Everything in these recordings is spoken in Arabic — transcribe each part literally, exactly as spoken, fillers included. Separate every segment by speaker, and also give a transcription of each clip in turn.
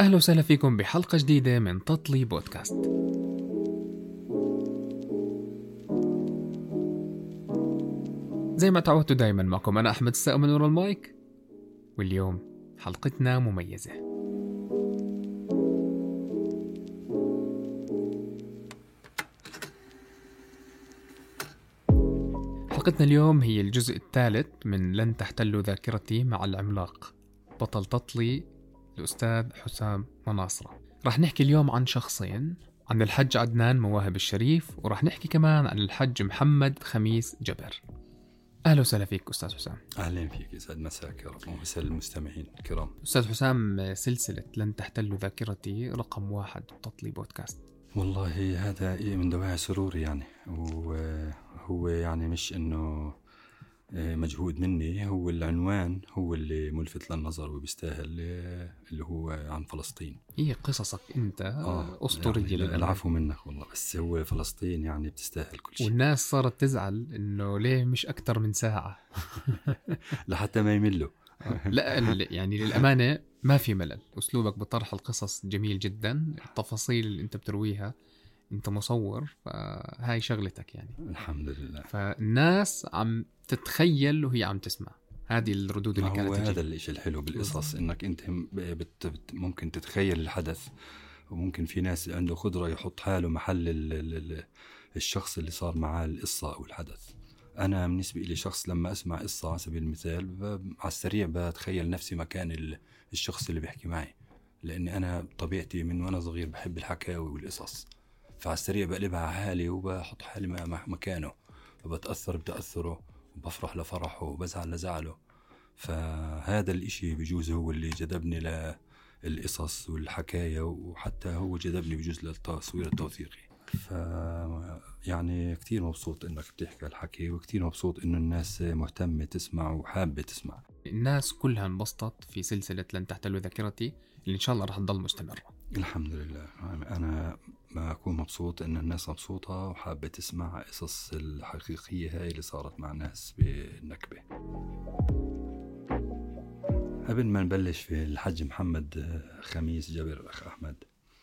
Speaker 1: أهلا وسهلا فيكم بحلقة جديدة من تطلي بودكاست. زي ما تعودتوا دايما معكم أنا أحمد السائق من ورا المايك، واليوم حلقتنا مميزة. حلقتنا اليوم هي الجزء الثالث من لن تحتل ذاكرتي مع العملاق بطل تطلي الأستاذ حسام مناصرة. رح نحكي اليوم عن شخصين، عن الحج عدنان مواهب الشريف، ورح نحكي كمان عن الحج محمد خميس جبر. أهلا وسهلا فيك أستاذ حسام.
Speaker 2: أهلا فيك، يسعد مساك يا رب، ومساء المستمعين الكرام.
Speaker 1: أستاذ حسام، سلسلة لن تحتل ذاكرتي رقم واحد تطلي بودكاست.
Speaker 2: والله هذا من دواعي سروري يعني، وهو يعني مش إنه مجهود مني، هو العنوان هو اللي ملفت للنظر وبيستاهل، اللي هو عن فلسطين.
Speaker 1: هي قصصك أنت
Speaker 2: آه
Speaker 1: أسطورية
Speaker 2: يعني
Speaker 1: للأمانة.
Speaker 2: العفو منك والله، بس هو فلسطين يعني بتستاهل كل شيء.
Speaker 1: والناس صارت تزعل إنه ليه مش أكتر من ساعة
Speaker 2: لحتى ما يملوا.
Speaker 1: لا يعني للأمانة ما في ملل، أسلوبك بطرح القصص جميل جدا، التفاصيل اللي أنت بترويها، أنت مصور، فهاي شغلتك يعني.
Speaker 2: الحمد لله.
Speaker 1: فالناس عم تتخيل وهي عم تسمع، هذه الردود اللي كانت تجي.
Speaker 2: هذا الشيء الحلو بالقصص، إنك أنت بت بت ممكن تتخيل الحدث، وممكن في ناس عنده قدرة يحط حاله محل ال ال الشخص اللي صار معاه القصة أو الحدث. أنا بالنسبة لي شخص لما أسمع قصة على سبيل المثال على السريع بتخيل نفسي مكان الشخص اللي بيحكي معي، لأني أنا طبيعتي من وأنا صغير بحب الحكاوي والقصص، فعلى السريع بقلبها على حالي وبحط حالي مكانه، فبتأثر بتأثره وبفرح لفرحه وبزعل لزعله. فهذا الإشي بجوز هو اللي جذبني للقصص والحكاية، وحتى هو جذبني بجوز للتصوير التوثيقي. ف يعني كتير مبسوط إنك بتحكي الحكي، وكتير مبسوط إنه الناس مهتمة تسمع وحابة تسمع.
Speaker 1: الناس كلها انبسطت في سلسلة لن تحتل ذاكرتي اللي إن شاء الله رح تضل مستمرة.
Speaker 2: الحمد لله. أنا ما أكون مبسوط إن الناس مبسوطة وحابة تسمع قصص الحقيقية هاي اللي صارت مع ناس بالنكبة. قبل ما نبلش في الحج محمد خميس جبر أخ أحمد،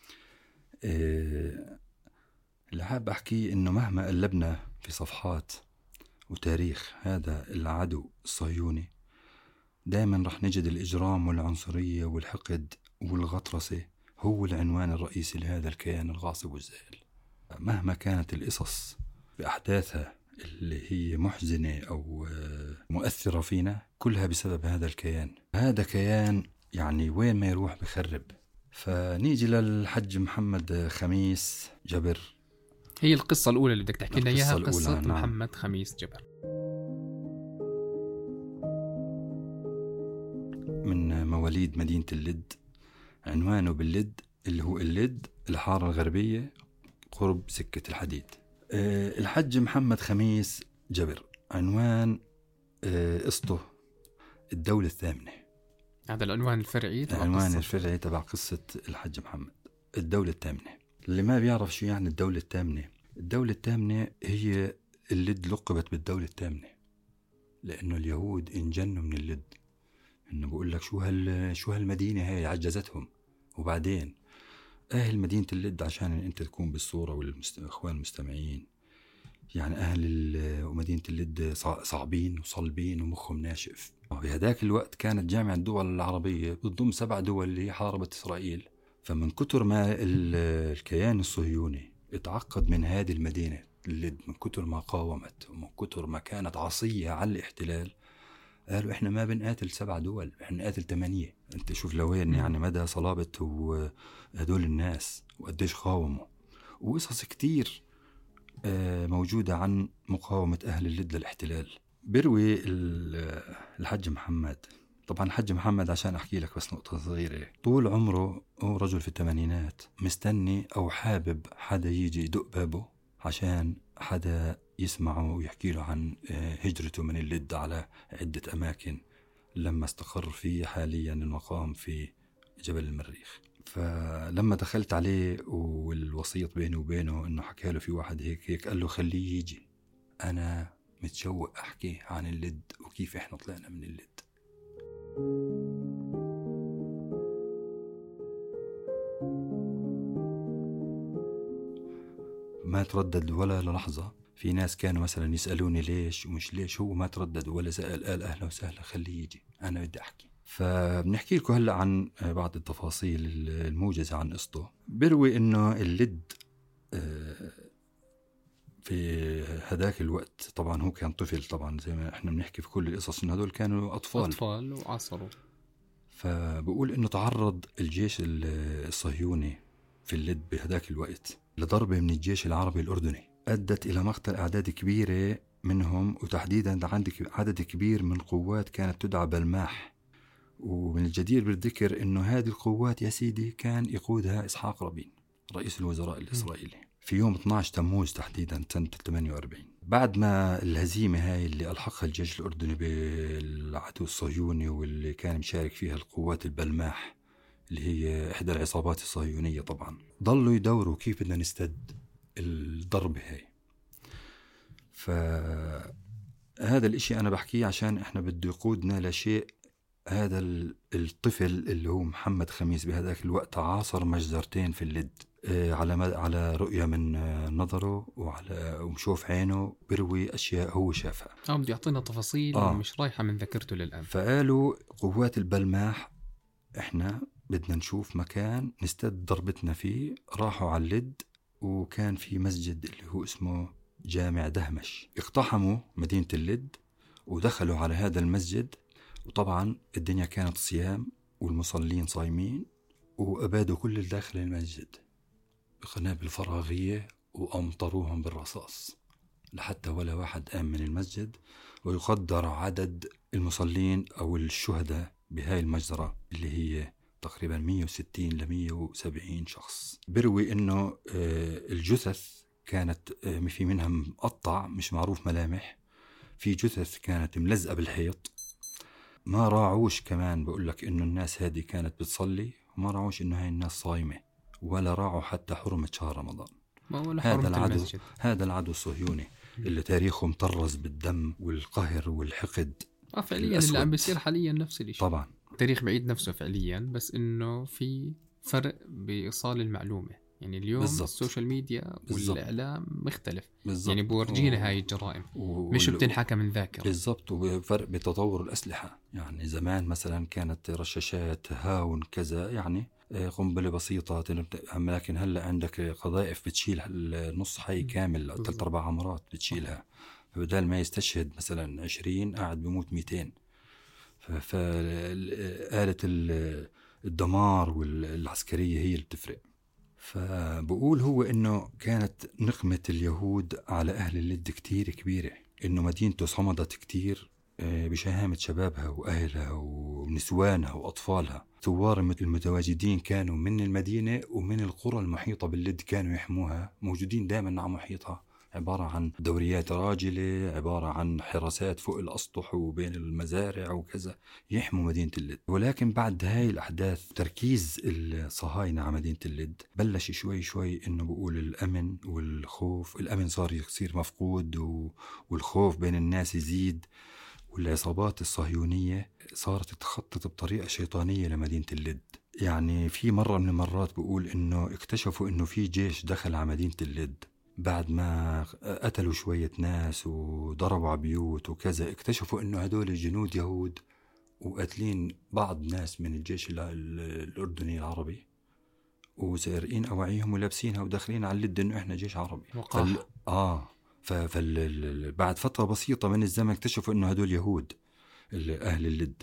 Speaker 2: إيه اللي حاب أحكي إنه مهما قلبنا في صفحات وتاريخ هذا العدو الصهيوني، دائما رح نجد الإجرام والعنصرية والحقد والغطرسة هو العنوان الرئيسي لهذا الكيان الغاصب والزائل. مهما كانت القصص بأحداثها اللي هي محزنة أو مؤثرة فينا، كلها بسبب هذا الكيان. هذا كيان يعني وين ما يروح بخرب. فنيجي للحج محمد خميس جبر.
Speaker 1: هي القصة الأولى اللي بدك تحكي لنا إياها، قصة
Speaker 2: نعم.
Speaker 1: محمد خميس جبر.
Speaker 2: من مواليد مدينة اللد، عنوانه باللد اللي هو اللد الحارة الغربية قرب سكة الحديد. أه الحج محمد خميس جبر عنوان قصته أه الدولة الثامنة.
Speaker 1: هذا العنوان الفرعي
Speaker 2: العنوان الفرعي تبع قصة الحج محمد، الدولة الثامنة. اللي ما بيعرف شو يعني الدولة الثامنة، الدولة الثامنة هي اللد لقبت بالدولة الثامنة لأنه اليهود انجنوا من اللد، إنه بقول لك شو هال شو هالمدينة هاي عجزتهم. وبعدين أهل مدينة اللد عشان أنت تكون بالصورة والإخوان المستمعين، يعني أهل مدينة اللد صعبين وصلبين ومخهم ناشف. بهداك الوقت كانت جامعة الدول العربية بتضم سبع دول اللي حاربت إسرائيل. فمن كتر ما الكيان الصهيوني اتعقد من هذه المدينة اللد، من كتر ما قاومت ومن كتر ما كانت عصية على الاحتلال، قالوا إحنا ما بنقاتل سبع دول، إحنا نقاتل ثمانية. أنت شوف لوين يعني مدى صلابة هدول الناس وقديش قاوموا. وقصص كتير موجودة عن مقاومة أهل اللد للاحتلال. بروي الحج محمد، طبعا الحج محمد عشان أحكي لك بس نقطة صغيرة، طول عمره هو رجل في الثمانينات مستني أو حابب حدا يجي يدق بابه عشان حدا يسمعه ويحكي له عن هجرته من اللد على عدة أماكن لما استقر فيه حاليا المقام في جبل المريخ. فلما دخلت عليه والوسيط بينه وبينه إنه حكى له في واحد هيك هيك، قال له خليه يجي، أنا متشوق أحكي عن اللد وكيف إحنا طلعنا من اللد. ما تردد ولا لحظة. في ناس كانوا مثلا يسألوني ليش ومش ليش، هو ما تردد ولا سأل، قال أهلا وسهلا خليه يجي أنا بدي أحكي. فبنحكي لكم هلأ عن بعض التفاصيل الموجزة عن قصته. بروي إنه اللد في هداك الوقت طبعا هو كان طفل، طبعا زي ما احنا بنحكي في كل القصص إن هدول كانوا أطفال
Speaker 1: أطفال وعصروا.
Speaker 2: فبقول إنه تعرض الجيش الصهيوني في اللد بهداك الوقت لضربة من الجيش العربي الأردني أدت إلى مقتل أعداد كبيرة منهم، وتحديدا عندك عدد كبير من قوات كانت تدعى بلماح. ومن الجدير بالذكر إنه هذه القوات يا سيدي كان يقودها إسحاق رابين رئيس الوزراء الإسرائيلي في يوم اثنا عشر تموز تحديدا سنة ثمانية وأربعين، بعد ما الهزيمة هاي اللي ألحقها الجيش الأردني بالعدو الصهيوني واللي كان مشارك فيها القوات البلماح اللي هي إحدى العصابات الصهيونية. طبعا ضلوا يدوروا كيف بدنا نستد الضربة هاي. فهذا الاشي أنا بحكيه عشان إحنا بده يقودنا لشيء. هذا الطفل اللي هو محمد خميس بهذاك الوقت عاصر مجزرتين في اللد على على رؤية من نظره وعلى ومشوف عينه، بروي أشياء هو شافها.
Speaker 1: آه بدي يعطينا تفاصيل آه. مش رايحة من ذاكرته للآن.
Speaker 2: فقالوا قوات البلماح إحنا بدنا نشوف مكان نستد ضربتنا فيه. راحوا على اللد وكان في مسجد اللي هو اسمه جامع دهمش، اقتحموا مدينة اللد ودخلوا على هذا المسجد. وطبعا الدنيا كانت صيام والمصلين صايمين، وأبادوا كل الداخل المسجد بقنابل فراغية وأمطروهم بالرصاص لحتى ولا واحد آمن من المسجد. ويقدر عدد المصلين أو الشهداء بهاي المجزرة اللي هي تقريبا مية وستين لمية وسبعين شخص. بروي إنه الجثث كانت في منها مقطع مش معروف ملامح، في جثث كانت ملزقة بالحيط. ما راعوش كمان بقول لك إنه الناس هذه كانت بتصلي، وما راعوش إنه هاي الناس صايمة، ولا راعوا حتى حرمة شهر رمضان. هذا العدو المسجد. هذا العدو الصهيوني اللي تاريخه مطرز بالدم والقهر والحقد.
Speaker 1: آه فعليا اللي عم بيصير حاليا نفس الشيء.
Speaker 2: طبعا
Speaker 1: التاريخ بعيد نفسه فعليا، بس إنه في فرق بإيصال المعلومة. يعني اليوم بالزبط. السوشيال ميديا بالزبط. والإعلام مختلف بالزبط. يعني بورجينا و... هاي الجرائم و... مش بتنحكى من ذاكرة.
Speaker 2: بالضبط. وفرق بتطور الأسلحة. يعني زمان مثلا كانت رشاشات هاون كذا، يعني قنبلة بسيطة، لكن هلأ عندك قذائف بتشيل نص حي كامل ثلاث أربع عمرات بتشيلها. فبدال ما يستشهد مثلا عشرين قاعد بموت مئتين. فآلة الدمار والعسكرية هي اللي بتفرق. فبقول هو إنه كانت نقمة اليهود على أهل اللد كتير كبيرة، إنه مدينته صمدت كتير بشهامة شبابها وأهلها ونسوانها وأطفالها. ثوار المتواجدين كانوا من المدينة ومن القرى المحيطة باللد كانوا يحموها، موجودين دائما على محيطها، عبارة عن دوريات راجلة، عبارة عن حراسات فوق الأسطح وبين المزارع وكذا، يحموا مدينة اللد. ولكن بعد هاي الأحداث تركيز الصهاينة على مدينة اللد بلش شوي شوي إنه بقول الأمن والخوف. الأمن صار يصير مفقود والخوف بين الناس يزيد، والعصابات الصهيونية صارت تخطط بطريقة شيطانية لمدينة اللد. يعني في مرة من المرات بقول إنه اكتشفوا إنه في جيش دخل على مدينة اللد بعد ما قتلوا شوية ناس وضربوا على بيوت وكذا. اكتشفوا إنه هدول جنود يهود وقتلين بعض ناس من الجيش الأردني العربي، وسارقين أواعيهم ولابسينها وداخلين على اللد إنه إحنا جيش عربي. فال... آه ففل... بعد فترة بسيطة من الزمن اكتشفوا إنه هدول يهود أهل اللد.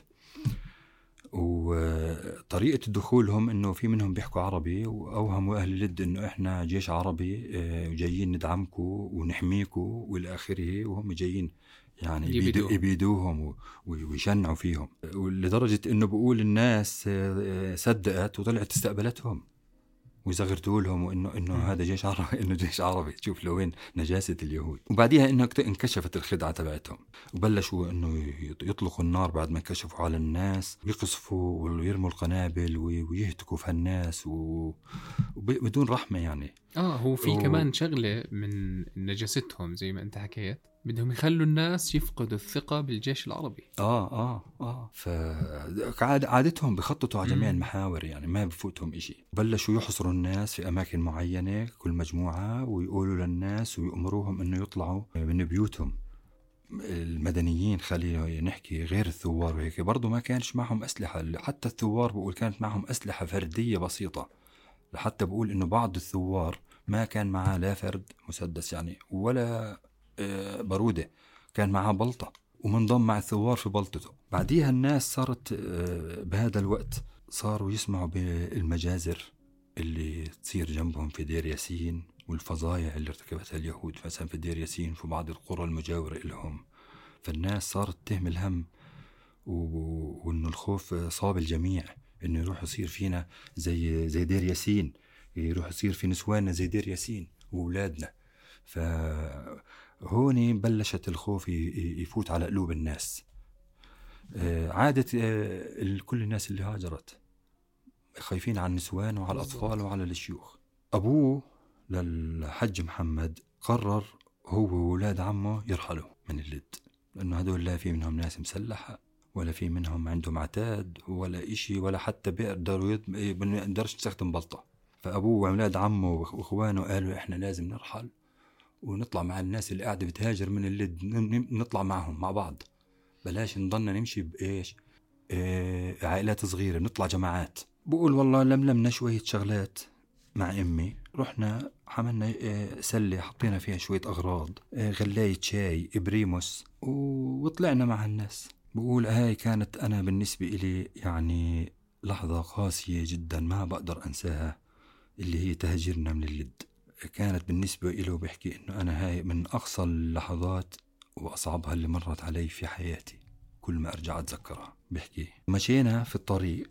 Speaker 2: وطريقة دخولهم إنه في منهم بيحكوا عربي، وأوهموا أهل اللد إنه إحنا جيش عربي جايين ندعمكم ونحميكم والآخره، وهم جايين يعني يبيدو يبيدوهم ويشنعوا فيهم. ولدرجة إنه بقول الناس صدقت وطلعت استقبلتهم ويزغرتوا لهم وإنه إنه هذا جيش عربي، إنه جيش عربي. تشوف لوين نجاسة اليهود. وبعديها إنه انكشفت الخدعة تبعتهم، وبلشوا إنه يطلقوا النار بعد ما انكشفوا على الناس، ويقصفوا ويرموا القنابل ويهتكوا في الناس وبدون رحمة يعني.
Speaker 1: آه هو في و... كمان شغلة من نجاستهم زي ما أنت حكيت، بدهم يخلوا الناس يفقدوا الثقة بالجيش العربي.
Speaker 2: اه اه اه فعادتهم بخططوا على جميع
Speaker 1: مم.
Speaker 2: المحاور، يعني ما بفوتهم إشي. بلشوا يحصروا الناس في أماكن معينة كل مجموعة، ويقولوا للناس ويأمروهم إنه يطلعوا من بيوتهم. المدنيين خلينا نحكي غير الثوار وهيك برضو ما كانش معهم أسلحة، حتى الثوار بقول كانت معهم أسلحة فردية بسيطة. لحتى بقول إنه بعض الثوار ما كان معاه لا فرد مسدس يعني ولا آه، بارودة، كان معاه بلطة ومنضم مع الثوار في بلطته. بعديها الناس صارت آه، بهذا الوقت صاروا يسمعوا بالمجازر اللي تصير جنبهم في دير ياسين، والفظايع اللي ارتكبتها اليهود مثلا في دير ياسين في بعض القرى المجاورة لهم. فالناس صارت تهمل هم و... وإنه الخوف صاب الجميع، إنه يروح يصير فينا زي زي دير ياسين، يروح يصير في نسواننا زي دير ياسين وأولادنا. فهون بلشت الخوف يفوت على قلوب الناس. عادت كل الناس اللي هاجرت خايفين على النسوان وعلى الأطفال وعلى الشيوخ. أبوه للحج محمد قرر هو وولاد عمه يرحلوا من اللد، لأنه هدول لا في منهم ناس مسلحة ولا في منهم عندهم عتاد ولا إشي، ولا حتى بيقدروا يد... بيقدرش يستخدم بلطة. فأبوه وأولاد عمه وإخوانه قالوا إحنا لازم نرحل ونطلع مع الناس اللي قاعدة بتهاجر من اللد، نطلع معهم مع بعض، بلاش نضلنا نمشي بإيش إيه عائلات صغيرة، نطلع جماعات. بقول والله لملمنا شوية شغلات مع أمي، رحنا حملنا سلة حطينا فيها شوية أغراض، غلاية شاي إبريموس، وطلعنا مع الناس. بقول هاي كانت أنا بالنسبة إلي يعني لحظة قاسية جدا ما بقدر أنساها، اللي هي تهجيرنا من اللد. كانت بالنسبة إله بحكي إنه أنا هاي من أقصى اللحظات وأصعبها اللي مرت علي في حياتي، كل ما أرجع أتذكرها بحكي. مشينا في الطريق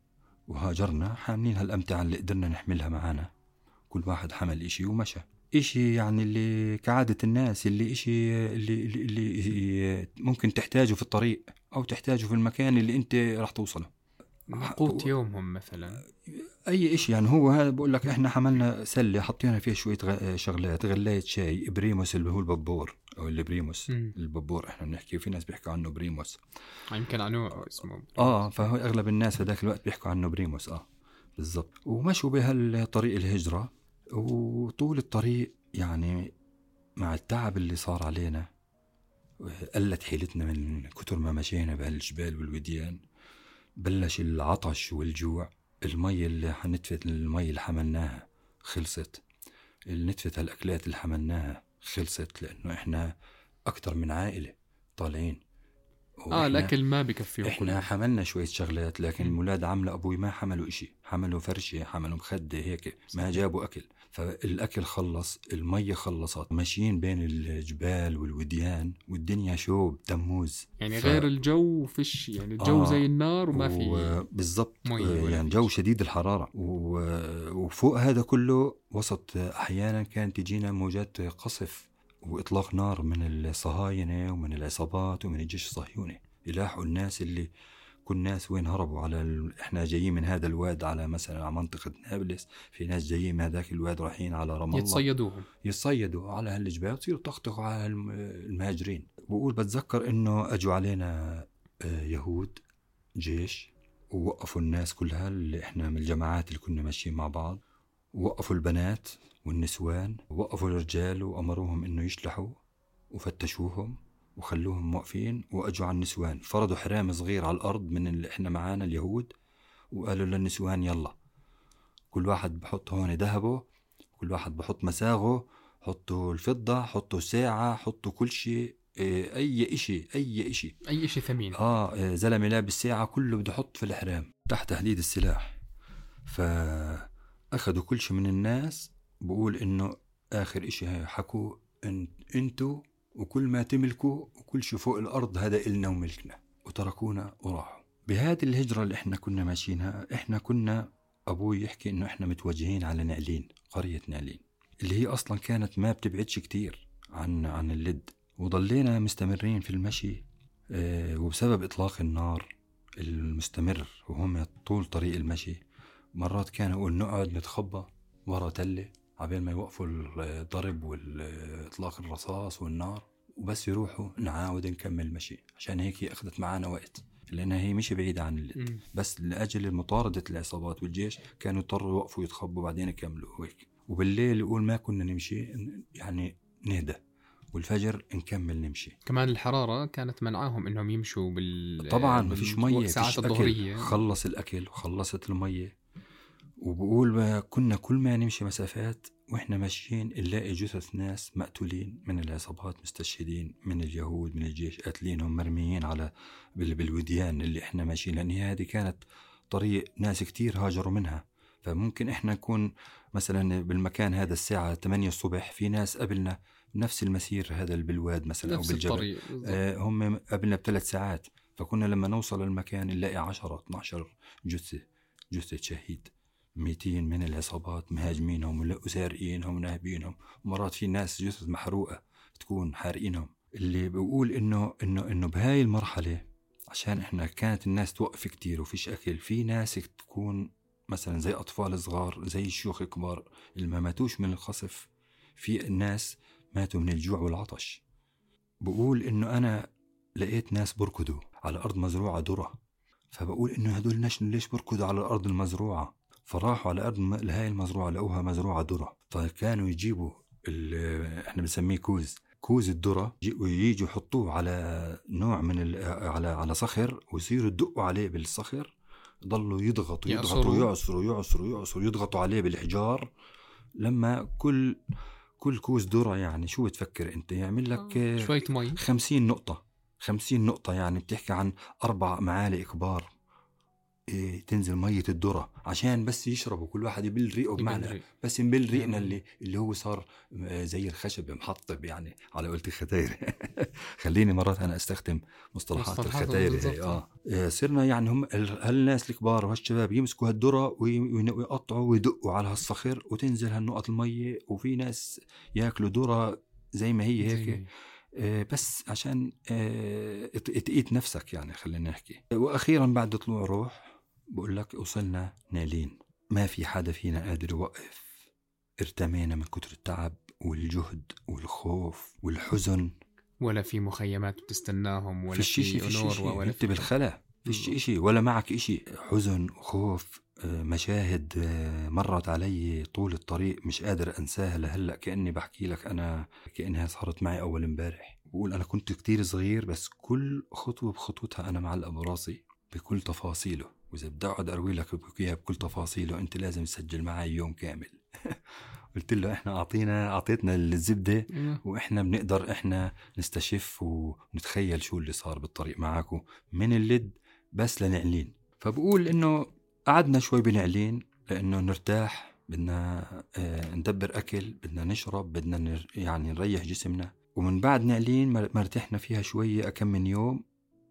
Speaker 2: وهاجرنا حاملين هالأمتعة اللي قدرنا نحملها معنا، كل واحد حمل إشي ومشى. إشي يعني اللي كعادة الناس اللي إشي اللي, اللي, اللي ممكن تحتاجه في الطريق أو تحتاجه في المكان اللي أنت راح توصله،
Speaker 1: قوت يومهم مثلا
Speaker 2: أي إشي. يعني هو هذا بقول لك إحنا حملنا سلة حطينا فيها شوية غ... شغلات، غلاية شاي إبريموس اللي هو الببور أو البريموس. م. الببور إحنا بنحكي، في ناس بيحكوا عنه بريموس،
Speaker 1: يمكن عنه اسمه بريموس.
Speaker 2: آه فهو أغلب الناس هذاك الوقت بيحكوا عنه بريموس. آه بالضبط. ومشوا بهالطريق الهجرة، وطول الطريق يعني مع التعب اللي صار علينا قلت حيلتنا من كتر ما مشينا بهالجبال والوديان. بلش العطش والجوع، المي اللي حنتفت المي اللي حملناها خلصت، نتفت هالأكلات اللي حملناها خلصت، لأنه إحنا أكتر من عائلة طالعين.
Speaker 1: آه الأكل ما بكفيهم.
Speaker 2: إحنا كله. حملنا شوية شغلات، لكن المولاد عملة أبوي ما حملوا إشي، حملوا فرشة حملوا مخدة هيك، ما جابوا أكل. فالأكل خلص، المية خلصت، ماشيين بين الجبال والوديان والدنيا شوب تموز.
Speaker 1: يعني
Speaker 2: ف...
Speaker 1: غير الجو فيش، يعني الجو آه زي النار وما في
Speaker 2: و... بالضبط يعني جو شديد الحرارة. و... وفوق هذا كله وسط أحيانا كانت تجينا موجات قصف وإطلاق نار من الصهاينة ومن العصابات ومن الجيش الصهيوني، يلاحقوا الناس اللي كل ناس وين هربوا على ال... احنا جايين من هذا الواد على مثلا على منطقة نابلس، في ناس جايين من هذاك الواد رايحين على رام الله،
Speaker 1: يتصيدوهم
Speaker 2: يتصيدوا على هالجبال وتصيروا تخطخوا على المهاجرين. بقول بتذكر انه اجوا علينا يهود جيش ووقفوا الناس كلها اللي احنا من الجماعات اللي كنا ماشيين مع بعض، ووقفوا البنات والنسوان، ووقفوا الرجال وامروهم انه يشلحوا وفتشوهم وخلوهم موقفين، واجوا على النسوان فرضوا حرام صغير على الارض من اللي احنا معانا اليهود، وقالوا للنسوان يلا كل واحد بحط هون ذهبه، كل واحد بحط مساغه، حطوا الفضة، حطوا ساعة، حطوا كل شيء، اي اشي اي اشي
Speaker 1: اي اشي ثمين.
Speaker 2: اه زلمة لابس ساعة كله بده يحط في الحرام تحت تهديد السلاح. فاخذوا كل شيء من الناس. بقول انه اخر اشي حكوا ان انتوا وكل ما تملكوا وكل شيء فوق الأرض هذا إلنا وملكنا، وتركونا وراحوا. بهذه الهجرة اللي إحنا كنا ماشيينها، إحنا كنا أبوي يحكي إنه إحنا متوجهين على نعلين، قرية نعلين اللي هي أصلا كانت ما بتبعدش كتير عن عن اللد. وضلينا مستمرين في المشي اه وبسبب إطلاق النار المستمر وهم طول طريق المشي، مرات كان أقول نقعد نتخبى ورا تلة عبين ما يوقفوا الضرب والإطلاق الرصاص والنار، وبس يروحوا نعاود نكمل مشي. عشان هيك هي أخذت معانا وقت، لأنها هي مش بعيدة عن اللد، بس لأجل مطاردة العصابات والجيش كانوا يضطروا يوقفوا يتخبوا بعدين يكملوا هيك. وبالليل يقول ما كنا نمشي، يعني نهدى والفجر نكمل نمشي.
Speaker 1: كمان الحرارة كانت منعاهم إنهم يمشوا بال
Speaker 2: طبعا ما فيش مية،
Speaker 1: ساعات
Speaker 2: فيش
Speaker 1: الظهرية.
Speaker 2: أكل، خلص الأكل وخلصت المية. وبقول كنا كل ما نمشي مسافات وإحنا ماشيين نلاقي جثث ناس مقتولين من العصابات، مستشهدين من اليهود من الجيش، قاتلينهم مرميين على بالوديان اللي إحنا ماشيين، لأن هذه كانت طريق ناس كتير هاجروا منها. فممكن إحنا نكون مثلا بالمكان هذا الساعة ثمانية الصبح، في ناس قبلنا نفس المسير هذا بالواد مثلا أو بالجبل، آه هم قبلنا بثلاث ساعات. فكنا لما نوصل المكان نلاقي عشرة اثنا عشر جثة، جثة شهيد، مئتين من العصابات مهاجمينهم وسارقينهم وناهبينهم. ومرات في ناس جثث محروقة تكون حارقينهم. اللي بيقول إنه إنه إنه بهاي المرحلة عشان إحنا كانت الناس توقف كتير وفيش أكل، في ناس تكون مثلا زي أطفال صغار زي الشيوخ كبار اللي ما ماتوش من القصف، في الناس ماتوا من الجوع والعطش. بقول إنه أنا لقيت ناس بركضوا على أرض مزروعة ذرة، فبقول إنه هدول ناس ليش بركضوا على الأرض المزروعة؟ فراحوا على أرض هاي المزروعة لقوها مزروعة ذرة، فكانوا يجيبوا إحنا بنسميه كوز، كوز الذرة، وييجوا يحطوه على نوع من على على صخر ويصيروا يدقوا عليه بالصخر، ضلوا يضغطوا يضغطوا يعصروا يعصروا يعصروا يضغطوا عليه بالحجار. لما كل كل كوز ذرة يعني شو بتفكر أنت يعمل لك
Speaker 1: شوية مي
Speaker 2: خمسين نقطة، خمسين نقطة يعني بتحكي عن أربع معالق كبار إيه تنزل مية الذرة عشان بس يشربوا، كل واحد يبل ريقه بمعنى بس يبل ريقنا اللي اللي هو صار زي الخشب محطب يعني على قولة الختاير. خليني مرات أنا أستخدم مصطلحات الختاير. آه صرنا يعني هم هالناس الكبار وهالشباب يمسكوا هالذرة ويقطعوا ويدقوا على هالصخر وتنزل هالنقط المية، وفي ناس يأكلوا ذرة زي ما هي هيك بس عشان تقيت نفسك يعني. خلينا نحكي. وأخيرا بعد طلوع روح بقول لك وصلنا نالين، ما في حدا فينا قادر يوقف، ارتمينا من كتر التعب والجهد والخوف والحزن.
Speaker 1: ولا في مخيمات بتستناهم ولا
Speaker 2: في
Speaker 1: أنور
Speaker 2: ولا انت بالخلا فيش إشي ولا معك إشي. حزن وخوف، مشاهد مرت علي طول الطريق مش قادر أنساها لهلأ، كأني بحكي لك أنا كأنها صارت معي أول امبارح. بقول أنا كنت كتير صغير بس كل خطوة بخطوتها أنا معلقة براسي بكل تفاصيله، وإذا بدي أقعد أروي لك بكيها بكل تفاصيله أنت لازم تسجل معي يوم كامل. قلت له إحنا أعطينا أعطيتنا الزبدة وإحنا بنقدر إحنا نستشف ونتخيل شو اللي صار بالطريق معاكو من اللد بس لنعلين. فبقول إنه قعدنا شوي بنعلين لأنه نرتاح، بدنا اه ندبر أكل، بدنا نشرب، بدنا نر يعني نريح جسمنا. ومن بعد نعلين مرتحنا فيها شوية أكم من يوم،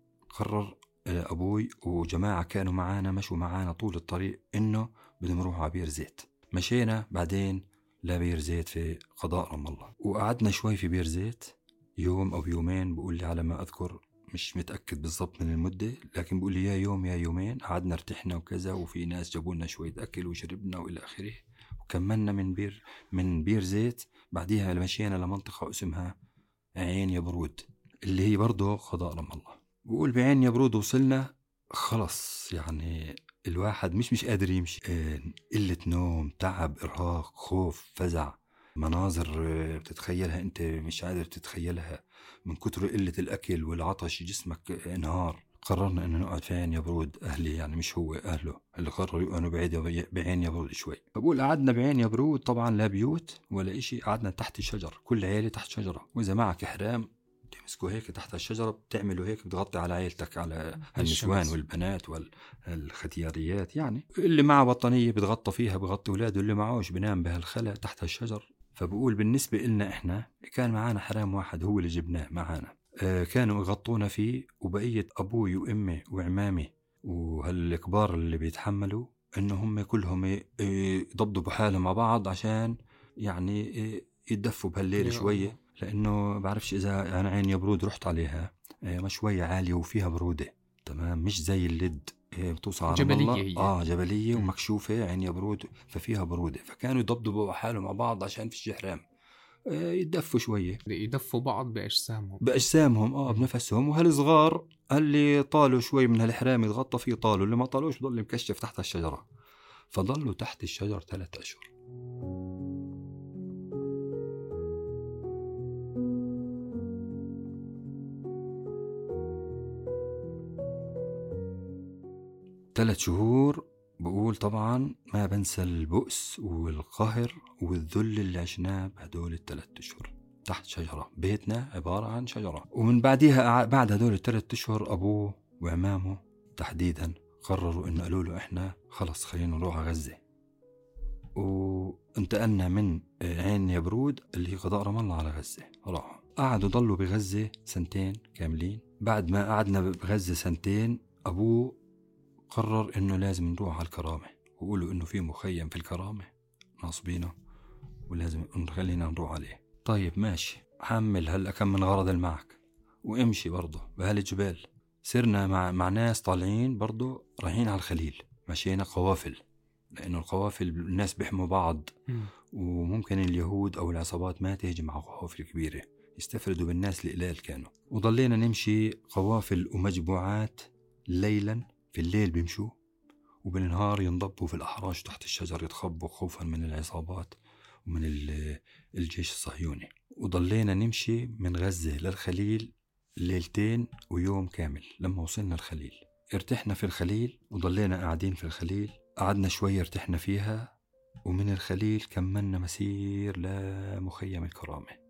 Speaker 2: قرر أبوي وجماعة كانوا معانا مشوا معانا طول الطريق إنه بدهم يروحوا على بير زيت. مشينا بعدين لبير زيت في قضاء رام الله، وقعدنا شوي في بير زيت يوم أو يومين، بقول لي على ما أذكر مش متأكد بالضبط من المدة، لكن بقول لي يا يوم يا يومين. قعدنا ارتحنا وكذا، وفي ناس جابوا لنا شوية أكل وشربنا وإلى آخره. وكملنا من بير من بير زيت. بعديها مشينا لمنطقة اسمها عين يبرود اللي هي برضه قضاء رام الله. بقول بعين يبرود وصلنا خلص يعني الواحد مش مش قادر يمشي، قلة نوم، تعب، إرهاق، خوف، فزع، مناظر بتتخيلها أنت مش قادر تتخيلها من كتر قلة الأكل والعطش، جسمك انهار. قررنا أن نقعد في عين يبرود. أهلي يعني مش هو، أهله اللي قرروا يقعدوا بعيد بعين يبرود شوي. فبقول قعدنا بعين يبرود، طبعا لا بيوت ولا إشي، قعدنا تحت الشجر، كل عيلة تحت شجرة، وإذا معك إحرام تمسكوا هيك تحت الشجرة، بتعملوا هيك بتغطي على عائلتك، على النسوان والبنات والختياريات يعني. اللي معه بطانية بتغطى فيها بغطي ولاده، اللي معهوش بنام بهالخلا تحت الشجر. فبقول بالنسبة إلنا إحنا كان معانا حرام واحد هو اللي جبناه معانا، آه كانوا يغطونا فيه، وبقية أبوي وأمي وعمامي وهالكبار اللي بيتحملوا إنه هم كلهم يضبطوا حالهم مع بعض عشان يعني يتدفوا بهالليل شوية، لأنه بعرفش إذا أنا عين يبرود رحت عليها، ما شوية عالية وفيها برودة، تمام، مش زي اللد بتوصل على
Speaker 1: جبلية.
Speaker 2: آه جبلية ومكشوفة عين يبرود ففيها برودة. فكانوا يضبطوا حالهم مع بعض عشان فيش حرام. يتدفوا شوية،
Speaker 1: يدفوا بعض بأجسامهم
Speaker 2: بأجسامهم اه بنفسهم. وهالصغار اللي طالوا شوي من هالحرام يتغطى فيه طالوا، اللي ما طالوش بضل مكشف تحت الشجرة. فضلوا تحت الشجر ثلاثة أشهر. ثلاث شهور بقول طبعا ما بنسى البؤس والقهر والذل اللي عشناه بهدول الثلاث أشهر تحت شجرة. بيتنا عبارة عن شجرة. ومن بعدها بعد هدول الثلاث أشهر أبوه وعمامه تحديدا قرروا إنه قالوا له إحنا خلص خلينا نروح على غزة. وانتقلنا من عين يبرود اللي هي قضاء رام الله على غزة. راحوا قعدوا ضلوا بغزة سنتين كاملين. بعد ما قعدنا بغزة سنتين أبوه قرر إنه لازم نروح على الكرامة، وقولوا إنه في مخيم في الكرامة ناصبينه ولازم نخلينا نروح عليه. طيب ماشي، حمل هلأ كم من غرض معك وامشي برضه بهالجبال. سرنا مع, مع ناس طالعين برضه رايحين على الخليل. مشينا قوافل لأنه القوافل الناس بيحموا بعض م. وممكن اليهود أو العصابات ما تهجم على قوافل كبيرة، يستفردوا بالناس القلال كانوا. وضلينا نمشي قوافل ومجموعات ليلا، في الليل بيمشوا وبالنهار ينضبوا في الأحراش تحت الشجر يتخبوا خوفا من العصابات ومن الجيش الصهيوني. وضلينا نمشي من غزة للخليل ليلتين ويوم كامل. لما وصلنا الخليل ارتحنا في الخليل وضلينا قاعدين في الخليل. قعدنا شوية ارتحنا فيها، ومن الخليل كملنا مسير لمخيم الكرامة.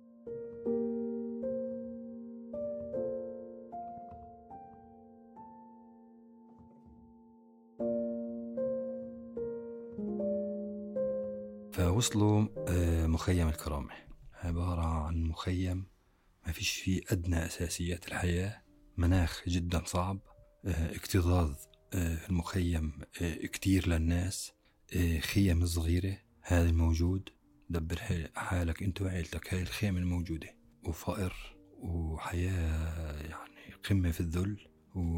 Speaker 2: فوصلوا مخيم الكرامة، عبارة عن مخيم ما فيش فيه أدنى أساسيات الحياة، مناخ جدا صعب، اكتظاظ المخيم كتير للناس، خيم صغيرة هذا الموجود، دبر حالك انت وعيلتك هاي الخيمة الموجودة، وفقر وحياة يعني قمة في الذل،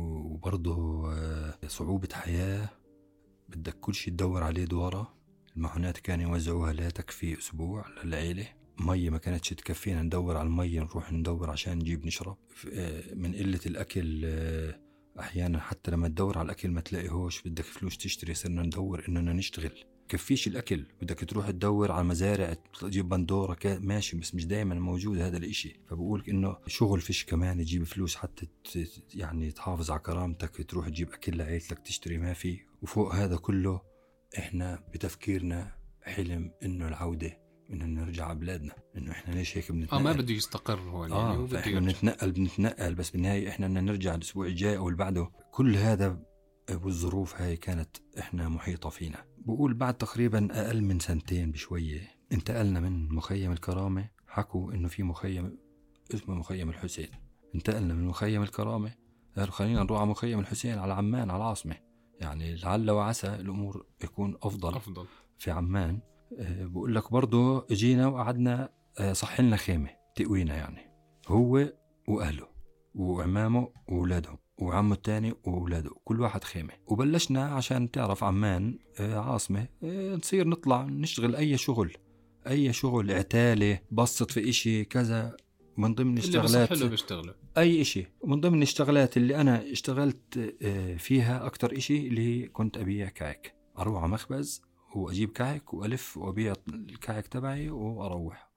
Speaker 2: وبرضه صعوبة حياة بدك كل شيء تدور عليه دوره. المعونات كانوا يوزعوها لا تكفي أسبوع للعيلة. مية ما كانتش تكفينا ندور على المية، نروح ندور عشان نجيب نشرب. من قلة الأكل أحيانا حتى لما تدور على الأكل ما تلاقيهوش، بدك فلوس تشتري. صرنا ندور إننا نشتغل، كفيش الأكل بدك تروح تدور على مزارع تجيب بندورة ماشي، بس مش دايما موجود هذا الإشي. فبقول إنه شغل فيش كمان تجيب فلوس حتى يعني تحافظ على كرامتك، تروح تجيب أكل لعيلتك تشتري ما في. وفوق هذا كله إحنا بتفكيرنا حلم إنه العودة، إنه نرجع على بلادنا، إنه إحنا ليش هيك بنتنقل.
Speaker 1: آه ما بده يستقر هون يعني.
Speaker 2: آه فإحنا بنتنقل بنتنقل بس بالنهاية إحنا بدنا نرجع الأسبوع الجاي أو اللي بعده. كل هذا والظروف هاي كانت إحنا محيطة فينا. بقول بعد تقريبا أقل من سنتين بشوية انتقلنا من مخيم الكرامة. حكوا إنه في مخيم اسمه مخيم الحسين. انتقلنا من مخيم الكرامة، قالوا خلينا نروح على مخيم الحسين على عمان على العاصمة، يعني لعل وعسى الأمور يكون أفضل, أفضل. في عمان. أه بقول لك برضو اجينا وقعدنا أه صحلنا خيمة تقوينا، يعني هو وأهله وعمامه وأولاده وعمه التاني وأولاده كل واحد خيمة. وبلشنا عشان تعرف عمان أه عاصمة، أه نصير نطلع نشتغل أي شغل، أي شغل اعتالة بسط في إشي كذا. من ضمن الاشتغالات أي إشي، ومن ضمن الاشتغالات اللي أنا اشتغلت فيها أكتر إشي اللي كنت أبيع كعك. أروح على مخبز وأجيب كعك وألف وأبيع الكعك تبعي وأروح.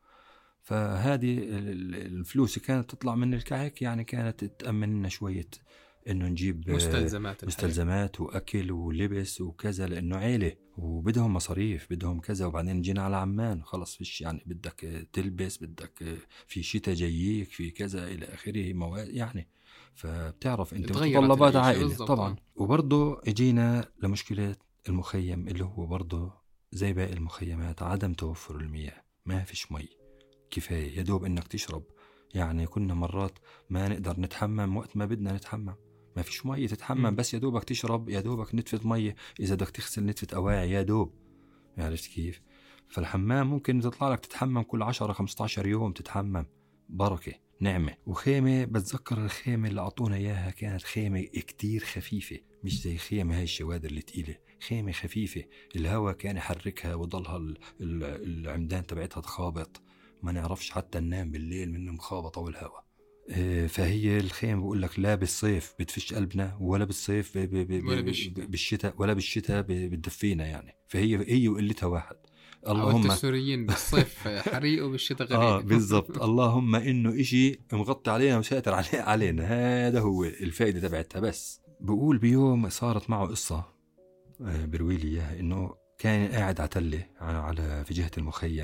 Speaker 2: فهذه الفلوس كانت تطلع من الكعك، يعني كانت تأمن لنا شوية إنه نجيب
Speaker 1: مستلزمات,
Speaker 2: مستلزمات وأكل ولبس وكذا، لأنه عيلة وبدهم مصاريف بدهم كذا. وبعدين جينا على عمان خلص فيش، يعني بدك تلبس، بدك في شتاء جاييك في كذا إلى آخره مواد يعني. فبتعرف أنت متطلبات عائلة طبعا. وبرضه اجينا لمشكلة المخيم اللي هو برضه زي باقي المخيمات، عدم توفر المياه. ما فيش مي كفاية يا دوب إنك تشرب. يعني كنا مرات ما نقدر نتحمم وقت ما بدنا نتحمم، ما فيش مية تتحمم، بس يا دوبك تشرب، يا دوبك نتفة مية، إذا بدك تغسل نتفة أواعي يا دوب. عرفت كيف؟ فالحمام ممكن تطلع لك تتحمم كل عشرة خمسة عشر يوم تتحمم، بركة نعمة. وخيمة بتذكر الخيمة اللي أعطونا إياها كانت خيمة كتير خفيفة، مش زي خيمة هاي الشوادر اللي تقيلة، خيمة خفيفة الهواء كان يحركها وضلها العمدان تبعتها تخابط، ما نعرفش حتى ننام بالليل من المخابطة والهواء. إيه فهي الخيم بقول لك لا بالصيف بتفش قلبنا، ولا بالصيف ب ب ب
Speaker 1: ولا
Speaker 2: ب
Speaker 1: بالشتاء.
Speaker 2: بالشتاء، ولا بالشتاء ب- بتدفينا يعني. فهي هي وقلتها واحد.
Speaker 1: عودة
Speaker 2: اللهم
Speaker 1: السوريين بالصيف حريق وبالشتاء
Speaker 2: اه
Speaker 1: غريق.
Speaker 2: بالضبط. اللهم انه اشي مغطي علينا وساتر علي علينا، هذا هو الفائدة تبعتها. بس بقول بيوم صارت معه قصة آه، بروي لي اياها، انه كان قاعد على تلة على في جهة المخيم،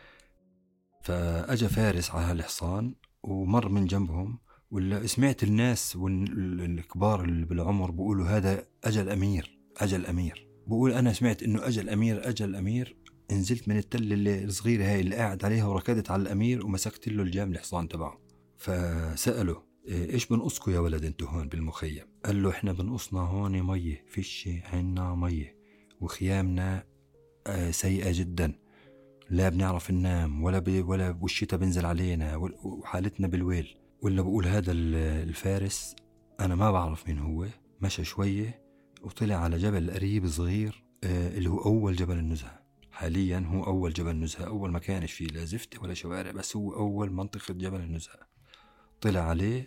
Speaker 2: فاجا فارس على الحصان ومر من جنبهم، ولا سمعت الناس والكبار اللي بالعمر بيقولوا هذا اجل امير اجل امير. بقول انا سمعت انه اجل امير اجل امير، نزلت من التلة اللي الصغيرة هاي اللي قاعد عليها وركضت على الامير ومسكت له الجام الحصان تبعه. فسأله إيه، ايش بنقصكوا يا ولد انتوا هون بالمخيم؟ قال له احنا بنقصنا هون مية، فيش عنا مية وخيامنا آه، سيئة جدا، لا بنعرف ننام ولا بي ولا والشتاء بنزل علينا وحالتنا بالويل. ولا بقول هذا الفارس أنا ما بعرف مين هو، مشى شوية وطلع على جبل قريب صغير آه اللي هو أول جبل النزهة. حاليا هو أول جبل نزهة، أول ما كانش فيه لا زفتة ولا شوارع، بس هو أول منطقة جبل النزهة. طلع عليه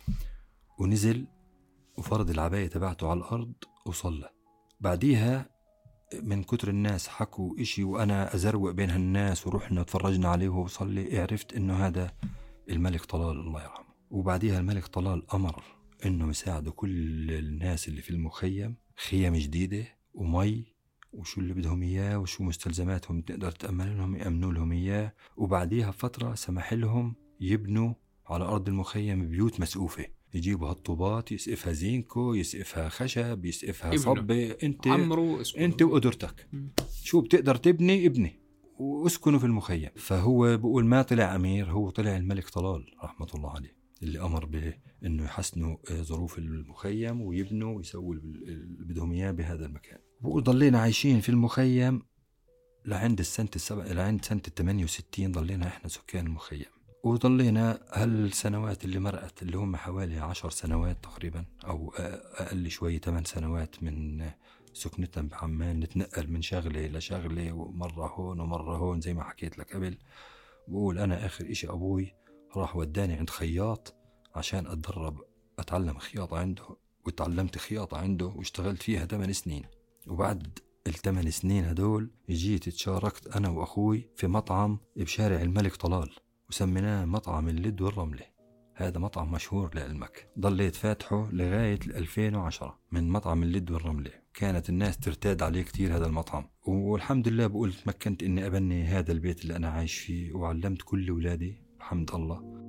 Speaker 2: ونزل وفرض العباية تبعته على الأرض وصلى. بعديها من كتر الناس حكوا إشي وأنا أزروق بين هالناس ورحنا تفرجنا عليه وهو بصلي، عرفت إنه هذا الملك طلال الله يرحمه. وبعديها الملك طلال أمر إنه مساعده كل الناس اللي في المخيم خيام جديدة ومي وشو اللي بدهم إياه وشو مستلزماتهم تقدر تأمن لهم يأمنوا لهم إياه. وبعديها فترة سمح لهم يبنوا على أرض المخيم بيوت مسقوفة، يجيبوا هالطوبات يسقفها زينكو، يسقفها خشب، يسقفها صبة. انت
Speaker 1: عمرو
Speaker 2: انت وقدرتك شو بتقدر تبني ابني واسكنوا في المخيم. فهو بقول ما طلع أمير، هو طلع الملك طلال رحمة الله عليه اللي أمر به إنه يحسنوا ظروف المخيم ويبنوا ويسووا اللي بدهم إياه بهذا المكان. بقول ضلينا عايشين في المخيم لعند السنة السبع لعند سنة الثمانية وستين، ضلينا إحنا سكان المخيم. وضلينا هالسنوات اللي مرقت اللي هم حوالي عشر سنوات تقريبا أو أقل شوي، ثمان سنوات من سكنتنا بعمان، نتنقل من شغلة لشغلة ومرة هون ومرة هون زي ما حكيت لك قبل. بقول أنا آخر إشي أبوي راح وداني عند خياط عشان أتدرب أتعلم خياطة عنده، وتعلمت خياطة عنده واشتغلت فيها ثمان سنين. وبعد الثمان سنين هدول جيت اتشاركت أنا وأخوي في مطعم بشارع الملك طلال وسميناه مطعم اللد والرملة. هذا مطعم مشهور لعلمك، ضليت فاتحه لغاية ألفين وعشرة من مطعم اللد والرملة. كانت الناس ترتاد عليه كتير هذا المطعم، والحمد لله بقول تمكنت إني أبني هذا البيت اللي أنا عايش فيه وعلمت كل أولادي الحمد الله.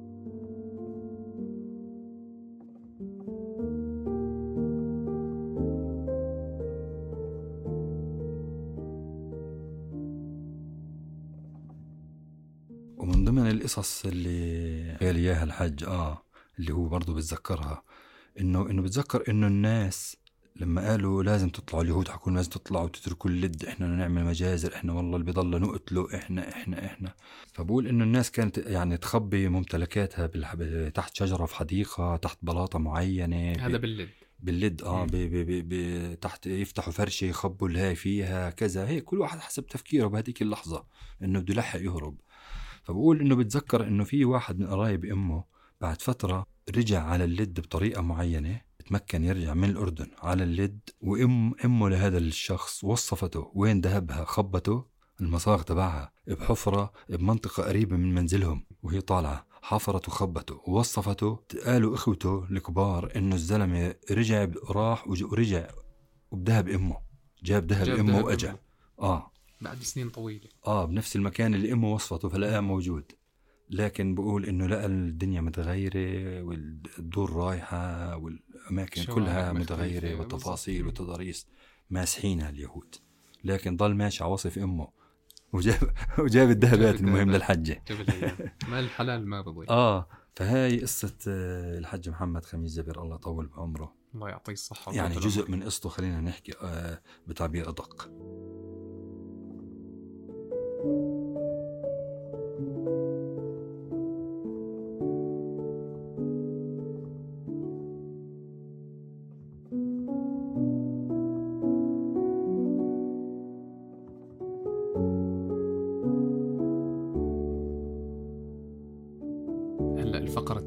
Speaker 2: ومن ضمن القصص اللي قال إياها الحج آه اللي هو برضو بتذكرها، إنه إنه بتذكر إنه الناس لما قالوا لازم تطلعوا اليهود حكوا لازم تطلعوا وتتركوا اللد، إحنا نعمل مجازر، إحنا والله اللي بيضل نقتله إحنا إحنا إحنا. فبقول إنه الناس كانت يعني تخبي ممتلكاتها بالحب... تحت شجرة في حديقة، تحت بلاطة معينة.
Speaker 1: هذا باللد
Speaker 2: باللد آه ب... ب... ب... ب... تحت يفتحوا فرشة يخبوا الهاي فيها كذا، هيك كل واحد حسب تفكيره بهذيك اللحظة إنه بده يلحق يهرب. فبقول إنه بتذكر إنه في واحد من قرايب أمه بعد فترة رجع على اللد بطريقة معينة، تمكن يرجع من الأردن على اللد، وأم أمه لهذا الشخص وصفته وين ذهبها، خبته المصاغ تبعها بحفرة بمنطقة قريبة من منزلهم، وهي طالعة حفرت وخبته ووصفته. قالوا إخوته الكبار إنه الزلمة رجع راح ورجع وبذهب أمه، جاب ذهب أمه وأجا آه
Speaker 1: بعد سنين طويلة
Speaker 2: آه بنفس المكان اللي أمه وصفته فلقاه موجود. لكن بقول إنه لقى الدنيا متغيرة والدور رايحة والأماكن كلها متغيرة والتفاصيل والتضاريس ماسحينها اليهود، لكن ضل ماشي على وصف أمه وجاب وجاب الذهبات المهم للحجة.
Speaker 1: ما الحلال ما بضيع.
Speaker 2: آه فهاي قصة الحج محمد خميس جابر الله طول بعمره
Speaker 1: الله يعطيه الصحة،
Speaker 2: يعني جزء من قصته خلينا نحكي آه بتعبير أدق.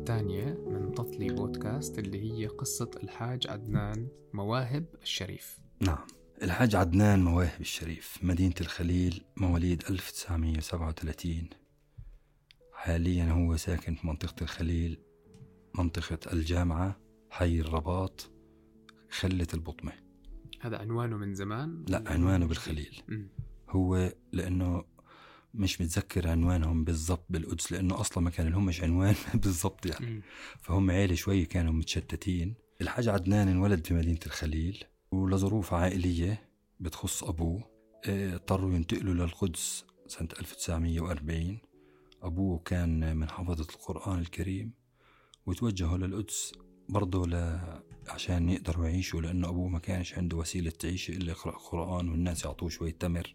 Speaker 1: الثانية من طفلي بودكاست اللي هي قصة الحاج عدنان مواهب الشريف.
Speaker 2: نعم، الحاج عدنان مواهب الشريف، مدينة الخليل، مواليد ألف وتسعمية وسبعة وثلاثين. حاليا هو ساكن في منطقة الخليل، منطقة الجامعة، حي الرباط، خلة البطمة.
Speaker 1: هذا عنوانه من زمان؟
Speaker 2: لا، عنوانه بالخليل. م. هو لأنه مش متذكر عنوانهم بالضبط بالقدس، لأنه أصلا ما كان لهمش عنوان بالضبط يعني. م. فهم عائلة شوي كانوا متشتتين. الحاج عدنان انولد في مدينة الخليل، ولظروف عائلية بتخص أبوه اضطروا ينتقلوا للقدس سنة ألف وتسعمية وأربعين. أبوه كان من حفظة القرآن الكريم، وتوجهوا للقدس برضه ل... عشان يقدروا يعيشوا، لأنه أبوه ما كانش عنده وسيلة تعيش إلا يقرأ القرآن، والناس يعطوه شوية تمر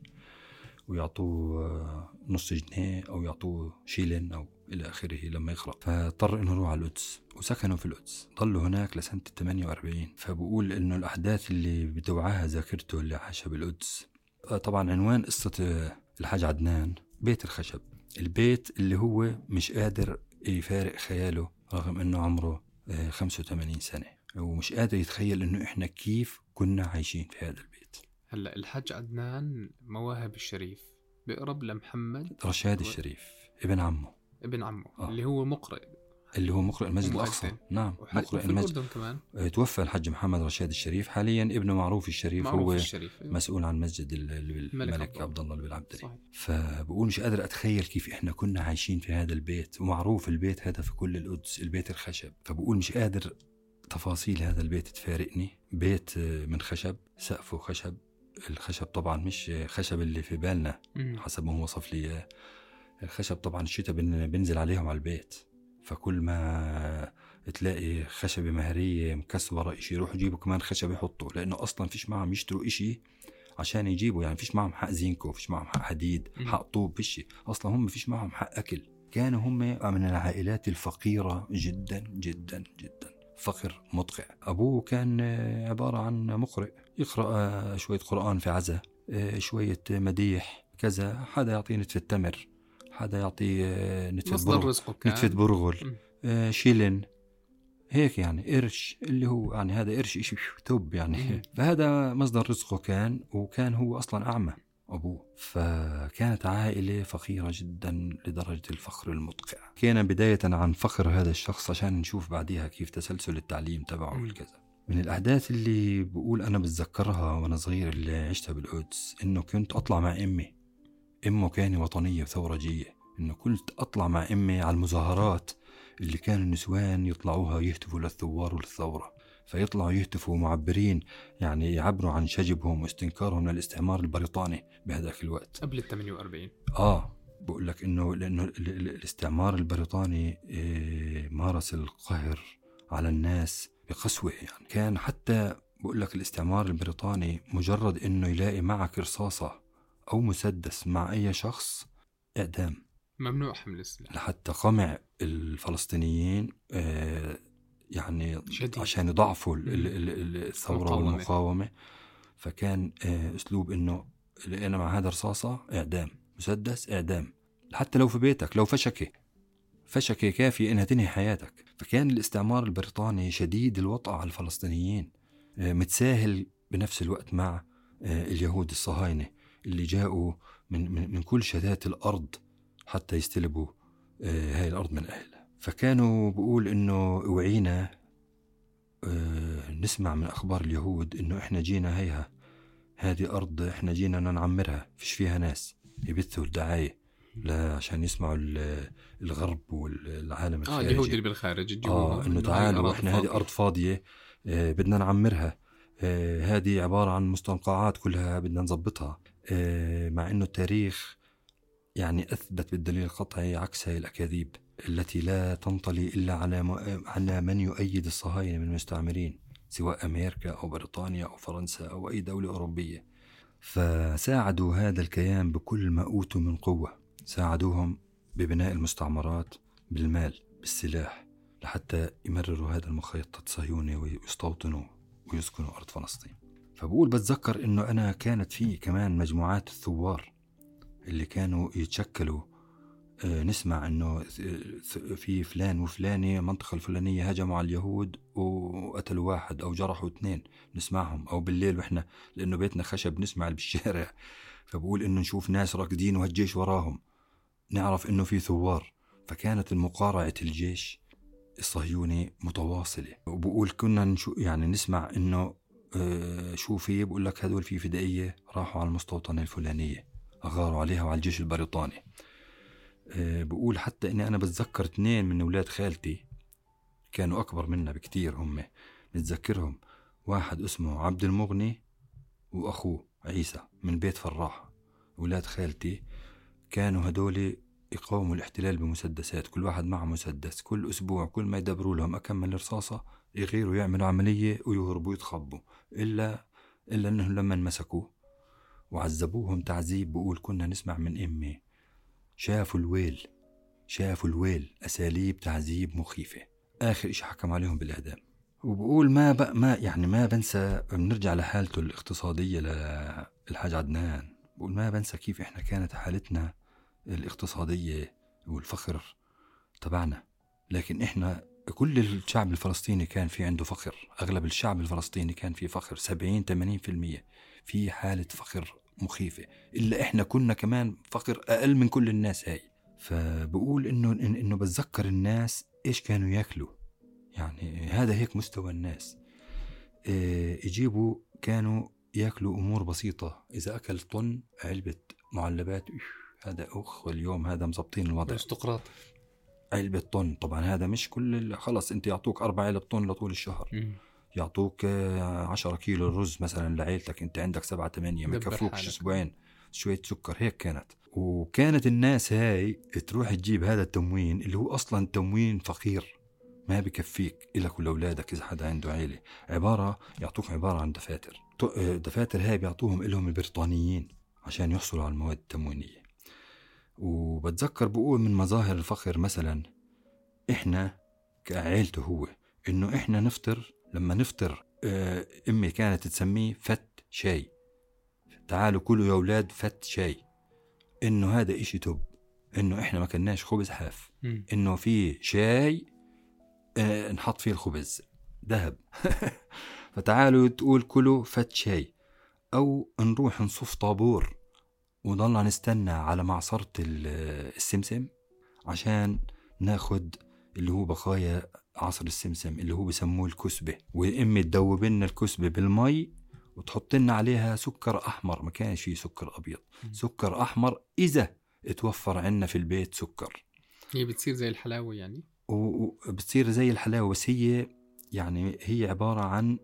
Speaker 2: ويعطوه نص جنيه أو يعطوه شيلين أو إلى آخره لما يقرأ. فاضطر إنه يروح على القدس، وسكنوا في القدس، ضلوا هناك لسنة ثمانية وأربعين. فبقول إنه الأحداث اللي بتوعاها ذاكرته اللي عاشها بالقدس. طبعا عنوان قصة الحاج عدنان بيت الخشب، البيت اللي هو مش قادر يفارق خياله رغم إنه عمره خمسة وثمانين سنة، ومش قادر يتخيل إنه إحنا كيف كنا عايشين في هذا البيت.
Speaker 1: هلا الحاج عدنان مواهب الشريف بقرب لمحمد
Speaker 2: رشاد و... الشريف، ابن عمه
Speaker 1: ابن عمه آه. اللي هو مقرئ اللي
Speaker 2: هو مقرئ المسجد الأقصى. نعم، مقرئ المسجد كمان. توفى الحاج محمد رشاد الشريف، حاليا ابنه معروف الشريف معروف هو الشريف. مسؤول عن مسجد الملك عبد الله بن عبد الله. فبقول مش قادر أتخيل كيف إحنا كنا عايشين في هذا البيت، ومعروف البيت هذا في كل القدس، البيت الخشب. فبقول مش قادر تفاصيل هذا البيت تفارقني. بيت من خشب، سقفه خشب. الخشب طبعا مش خشب اللي في بالنا حسب ما هو وصف لي. الخشب طبعا الشتاء بنزل عليهم على البيت، فكل ما تلاقي خشبة مهرية مكسورة إشي يروح يجيبوا كمان خشب يحطوا، لأنه أصلا فيش معهم يشتروا إشي عشان يجيبوا، يعني فيش معهم حق زينكو، فيش معهم حق حديد، حق طوب، فيش أصلا هم فيش معهم حق أكل. كانوا هم من العائلات الفقيرة جدا جدا جدا، فقر مدقع. أبوه كان عبارة عن مقرئ، يقرأ شوية قرآن في عزة، شوية مديح كذا، حدا يعطي نتفة تمر، حدا يعطي نتفة برغل، نتفة برغل، شيلن هيك يعني، قرش اللي هو يعني هذا قرش إشي توب يعني. فهذا مصدر رزقه كان، وكان هو أصلا أعمى أبوه. فكانت عائلة فقيرة جدا لدرجة الفقر المدقع. كان بداية عن فقر هذا الشخص عشان نشوف بعديها كيف تسلسل التعليم تبعه والكذا. من الأحداث اللي بقول أنا بتذكرها وأنا صغير اللي عشتها بالقدس، إنه كنت أطلع مع أمي. أمه كانت وطنية وثورجية، إنه كنت أطلع مع أمي على المظاهرات اللي كانوا النسوان يطلعوها يهتفوا للثوار وللثورة. فيطلعوا يهتفوا معبرين، يعني يعبروا عن شجبهم واستنكارهم للاستعمار البريطاني بهذاك الوقت
Speaker 1: قبل الثمانية وأربعين.
Speaker 2: آه بقول لك إنه لأنه الاستعمار البريطاني مارس القهر على الناس بقسوة. يعني كان حتى بقول لك الاستعمار البريطاني مجرد إنه يلاقي معك رصاصة أو مسدس مع أي شخص إعدام،
Speaker 1: ممنوع حمل السلاح.
Speaker 2: لحتى قمع الفلسطينيين آه يعني شديد. عشان يضعفوا الثورة والمقاومة. فكان آه أسلوب إنه لقينا مع هذا رصاصة إعدام، مسدس إعدام، حتى لو في بيتك، لو فشكة فشكة كافية إنها تنهي حياتك. فكان الاستعمار البريطاني شديد الوطأ على الفلسطينيين، آه متساهل بنفس الوقت مع آه اليهود الصهاينة اللي جاءوا من, من, من كل شتات الأرض حتى يستلبوا آه هاي الأرض من أهلها. فكانوا بقول إنه وعينا آه نسمع من أخبار اليهود إنه إحنا جينا هيها، هذه أرض إحنا جينا نعمرها، فيش فيها ناس. يبثوا الدعاية لا عشان يسمعوا الغرب والعالم الخارجي.
Speaker 1: آه اليهود اللي بالخارج
Speaker 2: آه إنه تعالوا إحنا هذه أرض فاضية آه بدنا نعمرها، آه هذه عبارة عن مستنقعات كلها بدنا نضبطها. آه مع إنه التاريخ يعني أثبت بالدليل القطعي عكس هاي الأكاذيب التي لا تنطلي إلا على على من يؤيد الصهاينة من المستعمرين، سواء أمريكا أو بريطانيا أو فرنسا أو أي دولة أوروبية. فساعدوا هذا الكيان بكل ما أوتوا من قوة، ساعدوهم ببناء المستعمرات، بالمال، بالسلاح، لحتى يمرروا هذا المخطط الصهيوني ويستوطنوا ويسكنوا أرض فلسطين. فبقول بتذكر إنه أنا كانت فيه كمان مجموعات الثوار اللي كانوا يتشكلوا نسمع انه في فلان وفلانة منطقة الفلانية هجموا على اليهود وقتلوا واحد او جرحوا اثنين، نسمعهم. او بالليل واحنا لانه بيتنا خشب نسمع بالشارع، فبقول انه نشوف ناس راكدين وهالجيش وراهم، نعرف انه في ثوار. فكانت المقارعة الجيش الصهيوني متواصلة. وبقول كنا نشو يعني نسمع انه آه شو في، بقول لك هدول في فدائية راحوا على المستوطنة الفلانية اغاروا عليها وعلى الجيش البريطاني. أه بقول حتى اني انا بتذكر اثنين من اولاد خالتي كانوا اكبر منا بكتير، هم نتذكرهم، واحد اسمه عبد المغني واخوه عيسى من بيت فراح، اولاد خالتي. كانوا هدول يقاوموا الاحتلال بمسدسات، كل واحد معه مسدس. كل اسبوع كل ما يدبروا لهم اكمل رصاصة يغيروا يعملوا عملية ويهربوا يتخبوا، الا الا انهم لما مسكوا وعذبوهم تعذيب، بقول كنا نسمع من امي شافوا الويل، شافوا الويل، أساليب تعذيب مخيفة. آخر إشي حكم عليهم بالإعدام. وبقول ما بق ما يعني ما بنسى، بنرجع لحالته الاقتصادية للحاج عدنان، بقول ما بنسى كيف إحنا كانت حالتنا الاقتصادية والفخر تبعنا. لكن إحنا كل الشعب الفلسطيني كان في عنده فخر، أغلب الشعب الفلسطيني كان في فخر، سبعين ثمانين بالمية في حالة فخر مخيفة، إلا إحنا كنا كمان فقر أقل من كل الناس هاي. فبقول إنه إنه بتذكر الناس إيش كانوا يأكلوا، يعني هذا هيك مستوى الناس. إيه يجيبوا كانوا يأكلوا أمور بسيطة، إذا أكل طن علبة معلبات هذا أخ، واليوم هذا مزبطين الوضع
Speaker 1: أرستقراط،
Speaker 2: علبة طن. طبعا هذا مش كل، خلص أنت يعطوك أربع علب طن لطول الشهر، م. يعطوك عشرة كيلو الرز مثلا لعيلتك، انت عندك سبعة تمانية ما يكفوكش اسبوعين، شوية سكر هيك كانت. وكانت الناس هاي تروح تجيب هذا التموين اللي هو اصلا تموين فقير ما بكفيك إلك ولأولادك إذا حدا عنده عيلة، عبارة يعطوك عبارة عن دفاتر، دفاتر هاي بيعطوهم إلهم البريطانيين عشان يحصلوا على المواد التموينية. وبتذكر بقول من مظاهر الفخر مثلا إحنا كعائلته هو إنه إحنا نفطر، لما نفطر آه امي كانت تسميه فت شاي، تعالوا كلوا يا اولاد فت شاي، انه هذا اشي توب، انه احنا ما كناش خبز حاف، انه في شاي آه نحط فيه الخبز ذهب فتعالوا تقول كلوا فت شاي. او نروح نصف طابور وضلنا نستنى على معصرة السمسم عشان ناخد اللي هو بقايا عصر السمسم اللي هو بسموه الكسبة، وإمي تدوب لنا الكسبة بالمي وتحط لنا عليها سكر أحمر، ما كانش فيه سكر أبيض، م. سكر أحمر إذا اتوفر عنا في البيت سكر.
Speaker 1: هي بتصير زي الحلاوة يعني،
Speaker 2: وبتصير زي الحلاوة، بس هي يعني هي عبارة عن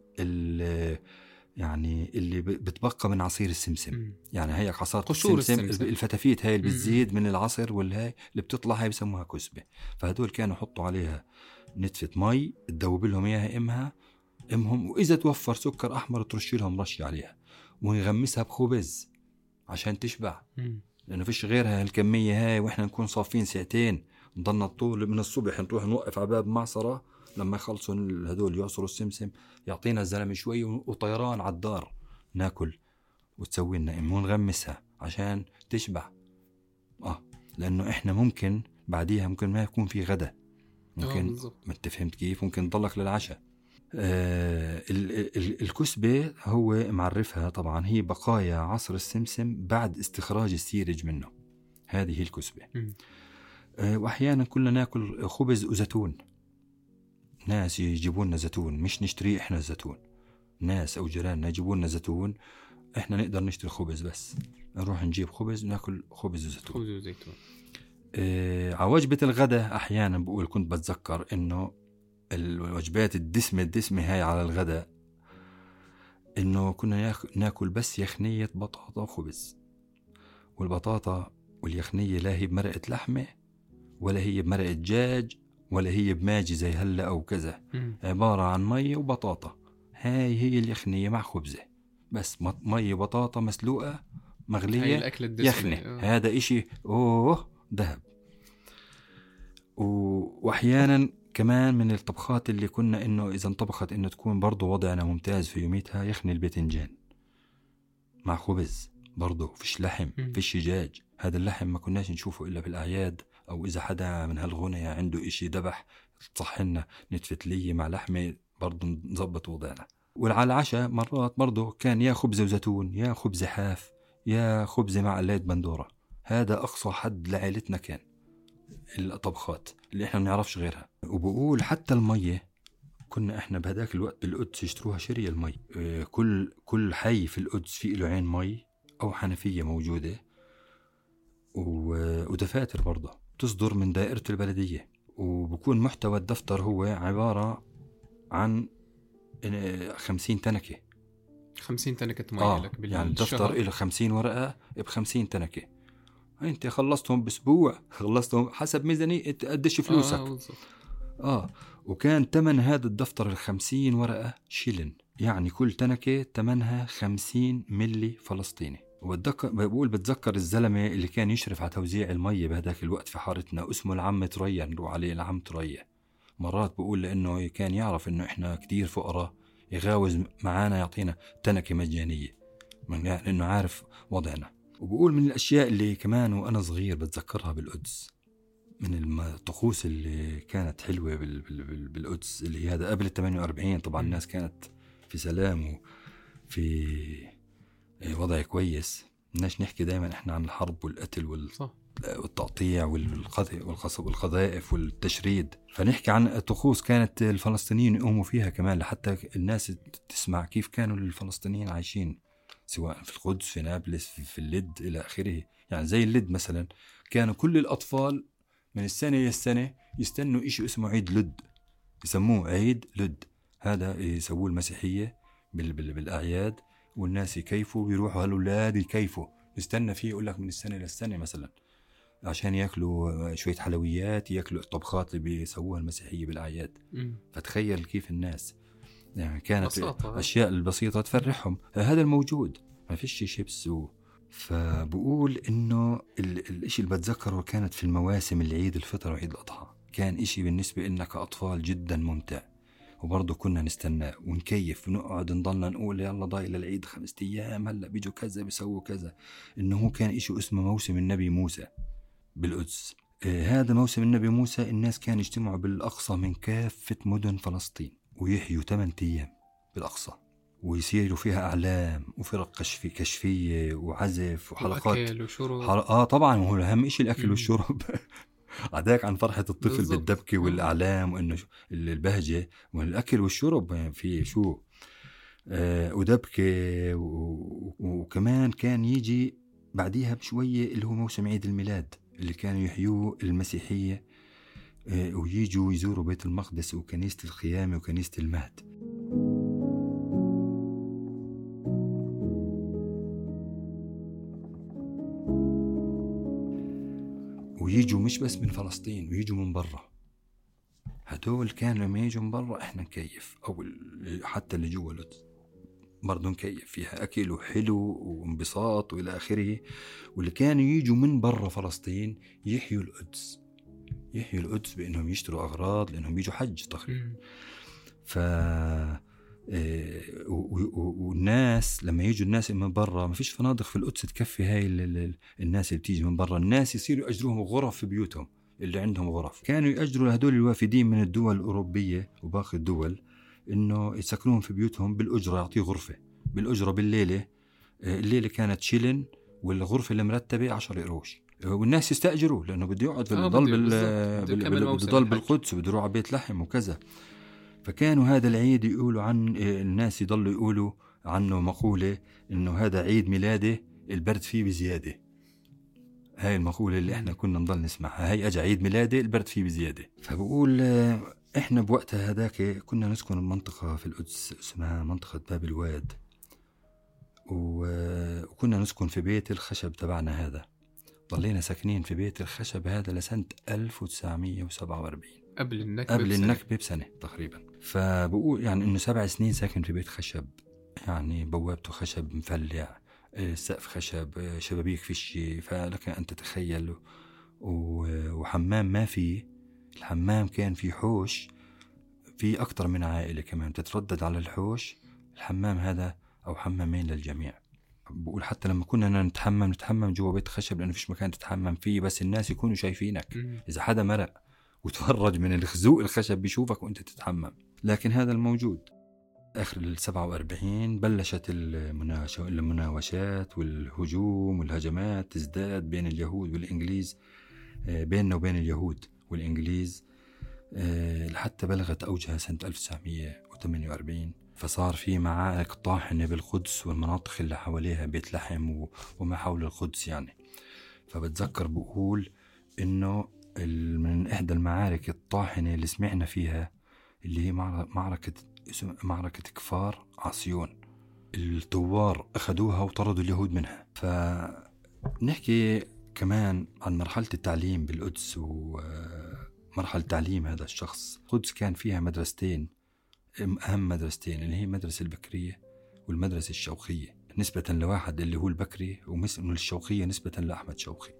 Speaker 2: يعني اللي بتبقى من عصير السمسم، م. يعني هي عصارة السمسم، السمسم الفتافيت هاي اللي بتزيد من العصر والهاي اللي بتطلع هاي بسموها كسبة. فهدول كانوا يحطوا عليها نتفة مي تدوب لهم إياها إمها إمهم، وإذا توفر سكر أحمر ترش لهم رش عليها ونغمسها بخبز عشان تشبع، م. لأنه فيش غيرها هالكمية هاي، وإحنا نكون صافين ساعتين نضلنا طول من الصبح نروح نوقف على باب معصرة لما يخلصوا هدول يعصروا السمسم يعطينا الزلمة شوي وطيران على الدار ناكل وتسوي لنا إم ونغمسها عشان تشبع. آه لأنه إحنا ممكن بعديها ممكن ما يكون في غدا، ممكن ما انت فهمت كيف، ممكن نضلك للعشاء. آه الكسبة هو معرفها طبعا هي بقايا عصر السمسم بعد استخراج السيرج منه، هذه هي الكسبة. آه وأحيانا كنا ناكل خبز وزيتون، ناس يجيبون لنا زيتون مش نشتري إحنا الزيتون، ناس أو جيراننا يجيبون لنا زيتون، إحنا نقدر نشتري خبز بس، نروح نجيب خبز وناكل خبز وزيتون.
Speaker 1: خبز وزيتون.
Speaker 2: آه على وجبة الغداء أحيانا بقول كنت بتذكر إنه الوجبات الدسمة الدسمة هاي على الغداء إنه كنا ناكل بس يخنية بطاطا وخبز، والبطاطا واليخنية لا هي بمرقة لحمة ولا هي بمرقة دجاج ولا هي بماجي زي هلا أو كذا، م. عبارة عن مية وبطاطا، هاي هي اليخنية مع خبزة بس، مية وبطاطا مسلوقة مغلية يخنة، أوه. هذا إشي أوه ذهب. وأحيانا كمان من الطبخات اللي كنا إنه إذا انطبخت إنه تكون برضو وضعنا ممتاز في يوميتها يخني الباذنجان مع خبز، برضو فيش لحم م. فيش دجاج، هذا اللحم ما كناش نشوفه إلا بالأعياد أو إذا حدا من هالغنية عنده إشي ذبح تصحلنا نتفة لية مع لحمة برضو نظبط وضعنا. وعلى العشاء مرات برضو كان يا خبز وزيتون يا خبز حاف يا خبز مع قلاية بندورة. هذا أقصى حد لعائلتنا كان الطبخات اللي إحنا بنعرفش غيرها. وبقول حتى المية كنا إحنا بهداك الوقت بالقدس يشتروها شري المي. كل كل حي في القدس فيه له عين مي أو حنفية موجودة ودفاتر برضه تصدر من دائرة البلدية. وبكون محتوى الدفتر هو عبارة عن خمسين تنكة.
Speaker 1: خمسين تنكة مي
Speaker 2: آه
Speaker 1: لك
Speaker 2: يعني الدفتر إله خمسين ورقة بخمسين تنكة. أنت خلصتهم بأسبوع خلصتهم حسب ميزانية قديش فلوسك.
Speaker 1: آه,
Speaker 2: آه وكان تمن هذا الدفتر الخمسين ورقة شيلن، يعني كل تنكة تمنها خمسين ملي فلسطيني. وبتذكر بقول بتذكر الزلمة اللي كان يشرف على توزيع المية بهداك الوقت في حارتنا اسمه العم تريا، نروح عليه العم تريا. مرات بقول لأنه كان يعرف إنه إحنا كتير فقراء يغاوز معانا يعطينا تنكة مجانية من يعني إنه عارف وضعنا. وبقول من الأشياء اللي كمان وأنا صغير بتذكرها بالقدس من الطقوس اللي كانت حلوة بالقدس اللي هي هذا قبل الثمانية وأربعين. طبعا الناس كانت في سلام وفي وضع كويس. بدناش نحكي دائما إحنا عن الحرب والقتل والتقطيع والقذائف والتشريد، فنحكي عن الطقوس كانت الفلسطينيين يقوموا فيها كمان لحتى الناس تسمع كيف كانوا الفلسطينيين عايشين سواء في القدس في نابلس في اللد إلى آخره. يعني زي اللد مثلا كانوا كل الأطفال من السنة للسنة يستنوا إشي اسمه عيد لد، يسموه عيد لد. هذا يسووه المسيحية بالأعياد والناس يكيفوا ويروحوا هالأولاد يكيفوا يستنى فيه. يقول لك من السنة للسنة مثلا عشان يأكلوا شوية حلويات يأكلوا الطبخات اللي بيسووها المسيحية بالأعياد. م. فتخيل كيف الناس يعني كانت بسيطة. أشياء البسيطة تفرحهم. هذا الموجود ما فيش شيء بسوه. فبقول إنه الإشي اللي بتذكره كانت في المواسم العيد الفطر وعيد الأضحى كان إشي بالنسبة لنا كأطفال جدا ممتع. وبرضه كنا نستنى ونكيف ونقعد نضلنا نقول يلا ضايل العيد خمسة أيام هلأ بيجوا كذا بيسووا كذا. إنه كان إشي اسمه موسم النبي موسى بالقدس. آه هذا موسم النبي موسى الناس كانوا يجتمعوا بالأقصى من كافة مدن فلسطين ويحيوا ثمانية أيام بالأقصى ويصيروا فيها أعلام وفرق كشفي كشفية وعزف وحلقات
Speaker 1: وأكل وشرب.
Speaker 2: حل... آه طبعا هو أهم إشي الأكل والشرب. عداك عن فرحة الطفل بالزبط. بالدبكة والأعلام وإنه البهجة والأكل والشرب في شو آه ودبكة و... وكمان كان يجي بعديها بشوية اللي هو موسم عيد الميلاد اللي كانوا يحيوه المسيحية آه ويجوا يزوروا بيت المقدس وكنيسة القيامة وكنيسة المهد. ويجوا مش بس من فلسطين ويجوا من برا. هدول كانوا لما يجوا من برا احنا نكيف او حتى اللي جوا القدس برضو نكيف فيها اكل وحلو وانبساط والى اخره. واللي كانوا يجوا من برا فلسطين يحيوا القدس يحيوا القدس بانهم يشتروا اغراض لانهم يجوا حج تقريبا. ف والناس لما يجوا الناس من برا ما فيش فنادق في القدس تكفي هاي الناس اللي بتيجي من برا. الناس يصيروا يأجروهم غرف في بيوتهم اللي عندهم غرف. كانوا يأجروا لهدول الوافدين من الدول الأوروبية وباقي الدول إنه يسكنون في بيوتهم بالأجرة. يعطيه غرفة بالأجرة بالليلة. الليلة كانت شيلن والغرفة المرتبة عشر قروش. والناس يستأجروا لأنه بده يقعد في الضل بال بالقدس وبده يروح على بيت لحم وكذا. فكانوا هذا العيد يقولوا عن الناس يضلوا يقولوا عنه مقولة إنه هذا عيد ميلاده البرد فيه بزيادة. هاي المقولة اللي إحنا كنا نضل نسمعها. هاي أجا عيد ميلاده البرد فيه بزيادة. فبقول إحنا بوقتها هذاك كنا نسكن منطقة في القدس اسمها منطقة باب الواد وكنا نسكن في بيت الخشب تبعنا. هذا ضلينا ساكنين في بيت الخشب هذا لسنة ألف وتسعمية وسبعة وأربعين
Speaker 1: قبل النكبة
Speaker 2: قبل
Speaker 1: بسنة.
Speaker 2: النكبة بسنة تقريبا. فبقول يعني إنه سبع سنين ساكن في بيت خشب. يعني بوابته خشب مفلع السقف خشب شبابيك فيشي. فلك أن تتخيل. وحمام ما فيه. الحمام كان في حوش في أكتر من عائلة كمان تتردد على الحوش. الحمام هذا أو حمامين للجميع بقول حتى لما كنا نتحمم نتحمم جوا بيت خشب لأنه فيش مكان تتحمم فيه، بس الناس يكونوا شايفينك.
Speaker 1: مم.
Speaker 2: إذا حدا مرق وتفرج من الخزوق الخشب بيشوفك وأنت تتحمم. لكن هذا الموجود. آخر السبعة وأربعين بلشت المناوشات والهجوم والهجمات تزداد بين اليهود والإنجليز، بيننا وبين اليهود والإنجليز، لحتى بلغت أوجها سنة ألف وتسعمية وثمانية وأربعين. فصار في معارك طاحنة بالقدس والمناطق اللي حواليها، بيت لحم وما حول القدس يعني. فبتذكر بقول إنه من إحدى المعارك الطاحنة اللي سمعنا فيها اللي هي معركة معركة كفار عصيون. الثوار أخذوها وطردوا اليهود منها. فنحكي كمان عن مرحلة التعليم بالقدس ومرحلة تعليم هذا الشخص. القدس كان فيها مدرستين، أهم مدرستين، اللي هي المدرسة البكرية والمدرسة الشوقية، نسبة لواحد اللي هو البكري، والشوقية نسبة لأحمد شوقي.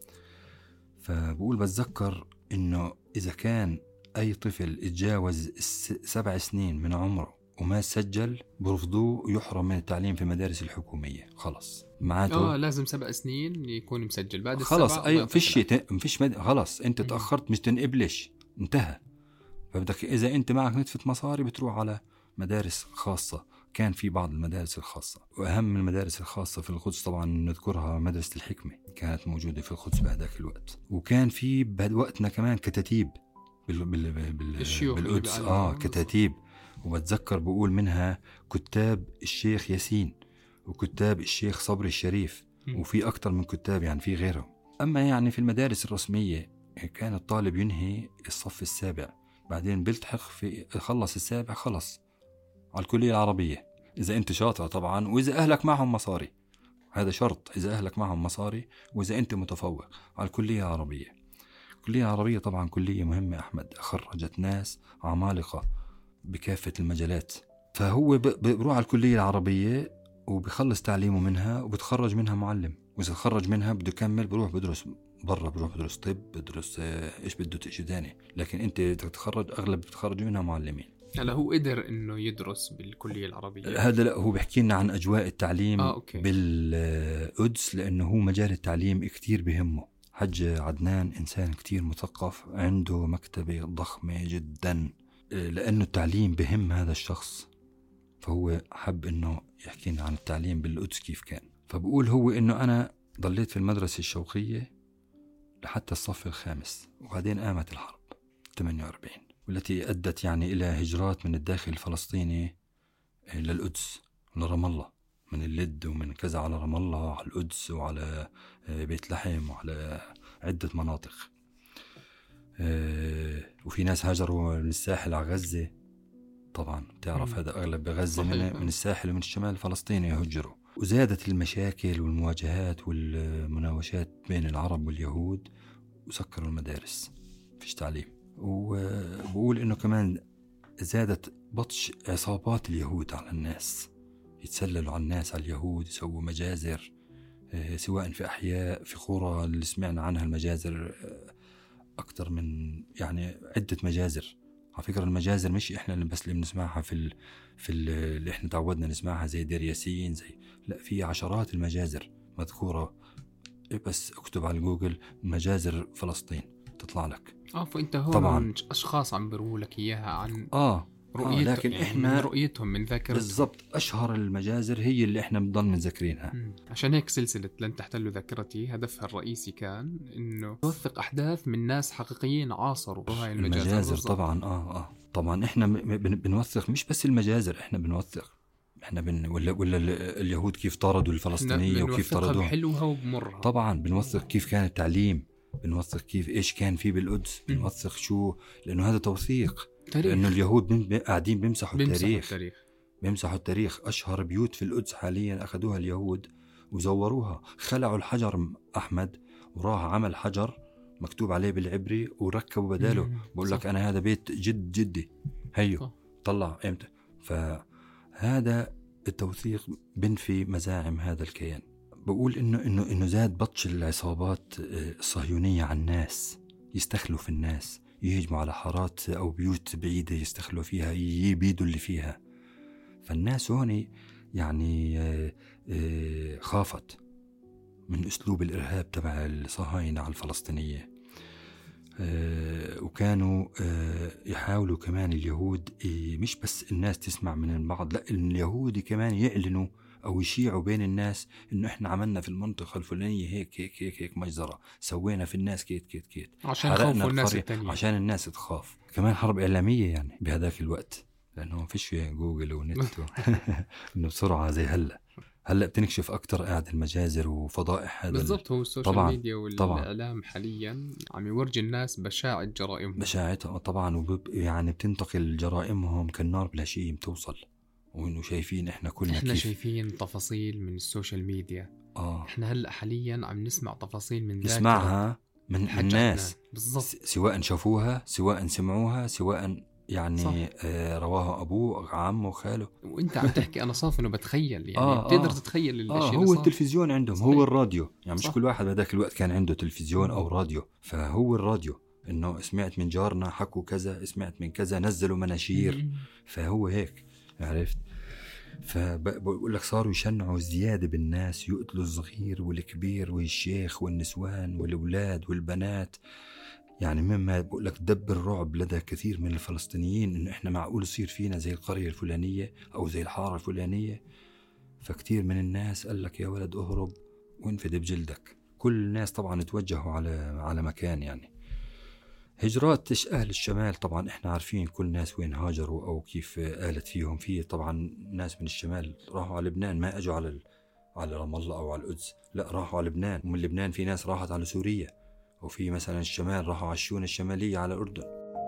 Speaker 2: فبقول بتذكر إنه إذا كان أي طفل يتجاوز سبع سنين من عمره وما سجل برفضوه يحرم من التعليم في المدارس الحكومية. خلص معاته
Speaker 1: اه لازم سبع سنين يكون مسجل. بعد
Speaker 2: خلص
Speaker 1: السبع
Speaker 2: أي فيش شيء، مفيش مد... خلص أنت
Speaker 1: م-
Speaker 2: تأخرت مش تنقبلش، انتهى. فبدك إذا أنت معك نتفة مصاري بتروح على مدارس خاصة. كان في بعض المدارس الخاصة، وأهم المدارس الخاصة في القدس طبعا نذكرها مدرسة الحكمة، كانت موجودة في القدس بهذاك الوقت. وكان في بوقتنا كمان كتاتيب بال... بال... بال... بالقدس، آه كتاتيب. وبتذكر بقول منها كتاب الشيخ ياسين وكتاب الشيخ صبري الشريف،
Speaker 1: م.
Speaker 2: وفي أكتر من كتاب يعني في غيرهم. أما يعني في المدارس الرسمية كان الطالب ينهي الصف السابع، بعدين بيلتحق في خلص السابع خلص على الكلية العربية إذا أنت شاطر طبعا، وإذا أهلك معهم مصاري. هذا شرط، إذا أهلك معهم مصاري وإذا أنت متفوق على الكلية العربية. الكلية العربية طبعا كلية مهمة أحمد، خرجت ناس عمالقة بكافة المجالات. فهو بيروح على الكلية العربية وبيخلص تعليمه منها وبتخرج منها معلم، وإذا خرج منها بده يكمل بروح بدرس برا، بروح بدرس طب، بدرس إيش بده شيء ثاني. لكن أنت تتخرج أغلب بتخرج منها معلمين.
Speaker 1: هلا هو قدر إنه يدرس بالكلية العربية؟
Speaker 2: هذا لا، هو بيحكي لنا عن أجواء التعليم
Speaker 1: آه،
Speaker 2: بالقدس، لأنه هو مجال التعليم كتير بهمه. حج عدنان إنسان كتير مثقف، عنده مكتبة ضخمة جدا، لأنه التعليم بهم هذا الشخص. فهو حب إنه يحكي لنا عن التعليم بالقدس كيف كان. فبقول هو إنه أنا ضليت في المدرسة الشوقية لحتى الصف الخامس، وبعدين قامت الحرب ثمانية وأربعين، والتي أدت يعني إلى هجرات من الداخل الفلسطيني للقدس، لرام الله، من اللد ومن كذا على رام الله، على القدس وعلى بيت لحم وعلى عدة مناطق. وفي ناس هاجروا من الساحل على غزة، طبعا تعرف هذا أغلب غزة من, من الساحل ومن الشمال الفلسطيني يهجروا. وزادت المشاكل والمواجهات والمناوشات بين العرب واليهود، وسكروا المدارس، فيش تعليم. وبقول إنه كمان زادت بطش عصابات اليهود على الناس، يتسللوا على الناس، على اليهود، يسووا مجازر، سواء في أحياء في قرى اللي سمعنا عنها المجازر أكتر من يعني عدة مجازر. على فكرة المجازر مش إحنا اللي بس اللي بنسمعها في ال في ال اللي إحنا تعودنا نسمعها زي دير ياسين، زي لا، في عشرات المجازر مذكورة. بس اكتب على جوجل مجازر فلسطين تطلع لك.
Speaker 1: اه فانت هون
Speaker 2: طبعا
Speaker 1: اشخاص عم بيروا لك اياها عن
Speaker 2: اه
Speaker 1: رؤيتهم،
Speaker 2: آه لكن
Speaker 1: يعني
Speaker 2: احنا
Speaker 1: من رؤيتهم من ذاكرتهم
Speaker 2: بالضبط. اشهر المجازر هي اللي احنا بنضل مذكرينها.
Speaker 1: عشان هيك سلسله لن تحتل ذاكرتي هدفها الرئيسي كان انه توثق احداث من ناس حقيقيين عاصروا هاي المجازر,
Speaker 2: المجازر طبعا اه اه طبعا احنا بنوثق مش بس المجازر، احنا بنوثق احنا بن ولا ولا اليهود كيف طردوا الفلسطينية وكيف طردوهم،
Speaker 1: بحلوها وبمرها.
Speaker 2: طبعا بنوثق كيف كان التعليم، بنوثق كيف ايش كان في بالقدس، بنوثق شو، لانه هذا توثيق تاريخ. لانه اليهود قاعدين بيمسحوا التاريخ. التاريخ بيمسحوا التاريخ. اشهر بيوت في القدس حاليا اخذوها اليهود وزوروها، خلعوا الحجر احمد وراح عمل حجر مكتوب عليه بالعبري وركبوا بداله. بقول لك انا هذا بيت جد جدي هيو طلع امتى. فهذا التوثيق بنفي مزاعم هذا الكيان. بقول إنه إنه إنه زاد بطش العصابات الصهيونية على الناس، يستخلوا في الناس، يهجموا على حارات أو بيوت بعيدة يستخلوا فيها، يبيدوا اللي فيها. فالناس هون يعني خافت من أسلوب الإرهاب تبع الصهاينة على الفلسطينية. وكانوا يحاولوا كمان اليهود مش بس الناس تسمع من البعض، لا اليهود كمان يعلنوا أو يشيعوا بين الناس إنه إحنا عملنا في المنطقة الفلانية هيك هيك هيك هيك مجزرة، سوينا في الناس كيت كيت كيت
Speaker 1: عشان يخوفوا الناس التانية،
Speaker 2: عشان الناس تخاف. كمان حرب إعلامية يعني بهذاك الوقت، لأنه ما فيش جوجل ونت إنه بسرعة زي هلا هلا بتنكشف أكتر قاعد المجازر وفضائح هذا
Speaker 1: بالضبط. هو السوشيال
Speaker 2: طبعاً
Speaker 1: ميديا والإعلام طبعاً حاليا عم يورجي الناس بشاعة جرائمهم
Speaker 2: بشاعتها طبعا، وب... يعني بتنتقل جرائمهم كالنار بلا شيء بتوصل، وإنه شايفين إحنا كلنا
Speaker 1: إحنا
Speaker 2: كيف
Speaker 1: شايفين تفاصيل من السوشيال ميديا.
Speaker 2: آه.
Speaker 1: إحنا هلأ حاليا عم نسمع تفاصيل من ذاكرة
Speaker 2: نسمعها من, من الناس
Speaker 1: بالضبط،
Speaker 2: سواء شافوها سواء سمعوها سواء يعني آه رواها أبوه عمه خاله،
Speaker 1: وإنت عم تحكي أنا صافي إنه بتخيل يعني
Speaker 2: آه
Speaker 1: بتقدر
Speaker 2: آه
Speaker 1: تتخيل الأشياء
Speaker 2: آه
Speaker 1: اللي
Speaker 2: هو
Speaker 1: صار.
Speaker 2: التلفزيون عندهم
Speaker 1: صحيح.
Speaker 2: هو الراديو يعني
Speaker 1: صح.
Speaker 2: مش كل واحد بهذاك الوقت كان عنده تلفزيون أو راديو، فهو الراديو إنه سمعت من جارنا حكوا كذا، سمعت من كذا، نزلوا مناشير، فهو هيك عرفت. فبقول لك صاروا يشنعوا زيادة بالناس، يقتلوا الصغير والكبير والشيخ والنسوان والأولاد والبنات. يعني مما بقول لك دب الرعب لدى كثير من الفلسطينيين إنه إحنا معقول يصير فينا زي القرية الفلانية أو زي الحارة الفلانية. فكتير من الناس قال لك يا ولد أهرب وانفد بجلدك. كل الناس طبعا توجهوا على على مكان، يعني هجرات أهل الشمال. طبعا إحنا عارفين كل ناس وين هاجروا أو كيف آلت فيهم. في طبعا ناس من الشمال راحوا على لبنان، ما أجوا على على رام الله أو على القدس، لا راحوا على لبنان. ومن لبنان في ناس راحت على سوريا، وفي مثلا الشمال راحوا على الشيون الشمالية على الأردن.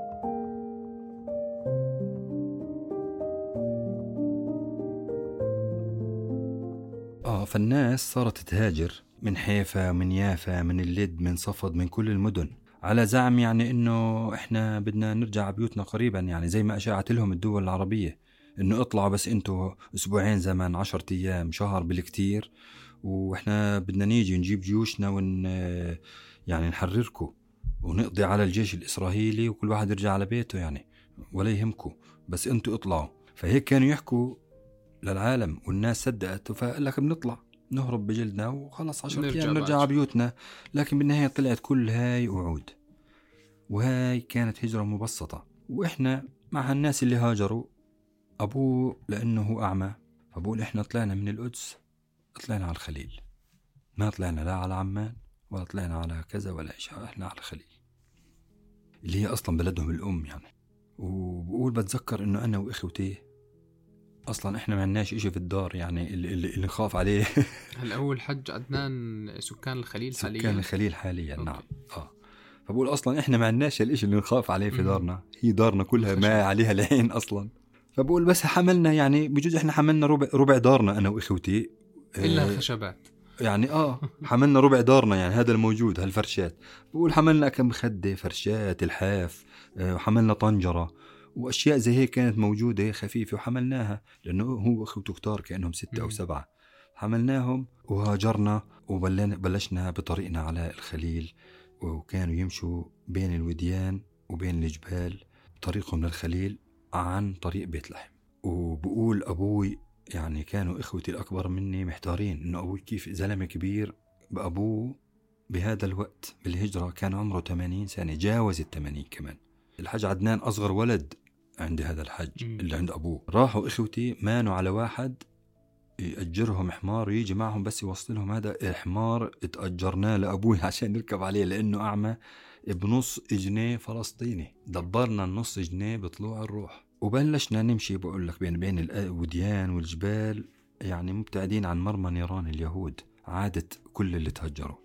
Speaker 2: آه فالناس صارت تهاجر من حيفا من يافا من اللد من صفد من كل المدن، على زعم يعني إنه إحنا بدنا نرجع بيوتنا قريبا، يعني زي ما أشاعت لهم الدول العربية إنه اطلعوا بس أنتوا أسبوعين زمان، عشرة أيام، شهر بالكتير، وإحنا بدنا نيجي نجيب جيوشنا ون يعني نحرركم ونقضي على الجيش الإسرائيلي وكل واحد يرجع على بيته يعني ولا يهمكم، بس أنتوا اطلعوا. فهيك كانوا يحكوا للعالم والناس صدقت، فقال لك بنطلع نهرب بجلدنا وخلص عشرة أيام نرجع على بيوتنا. لكن بالنهاية طلعت كل هاي وعود، وهاي كانت هجرة مبسطة. وإحنا مع الناس اللي هاجروا، أبوه لأنه هو أعمى فبقول إحنا طلعنا من القدس طلعنا على الخليل، ما طلعنا لا على عمان ولا طلعنا على كذا ولا إشي، إحنا على الخليل اللي هي أصلا بلدهم الأم يعني. وبقول بتذكر إنه أنا وإخوتي أصلا إحنا ما عندناش إشي في الدار، يعني اللي, اللي نخاف عليه.
Speaker 1: هل أول حج عدنان سكان الخليل حاليا؟
Speaker 2: سكان الخليل حاليا نعم. آه فبقول أصلا إحنا ما عندناش الإشي اللي نخاف عليه في دارنا، هي دارنا كلها ما عليها العين أصلا. فبقول بس حملنا يعني بجوز إحنا حملنا ربع ربع دارنا أنا وإخوتي
Speaker 1: إلا الخشبات
Speaker 2: يعني آه حملنا ربع دارنا يعني هذا الموجود هالفرشات. بقول حملنا كم خدة فرشات الحاف، وحملنا طنجرة وأشياء زي هيك كانت موجودة خفيفة وحملناها، لأنه هو أخوته كتار كأنهم ستة أو سبعة، حملناهم وهاجرنا وبلشنا بطريقنا على الخليل. وكانوا يمشوا بين الوديان وبين الجبال طريقهم للخليل عن طريق بيت لحم. وبقول أبوي يعني كانوا إخوتي الأكبر مني محتارين إنه أبوي كيف زلمة كبير بأبوه بهذا الوقت بالهجرة كان عمره ثمانين سنة، جاوز الثمانين كمان. الحج عدنان أصغر ولد عند هذا الحج اللي عند أبوه. راحوا إخوتي مانوا على واحد يأجرهم حمار ويجي معهم بس يوصلهم. هذا الحمار اتأجرناه لأبوي عشان نركب عليه لأنه أعمى، بنص جنيه فلسطيني. دبرنا النص جنيه بطلوع الروح وبلشنا نمشي. بقول لك بين بين الوديان والجبال، يعني مبتعدين عن مرمى نيران اليهود عادت كل اللي تهجروا.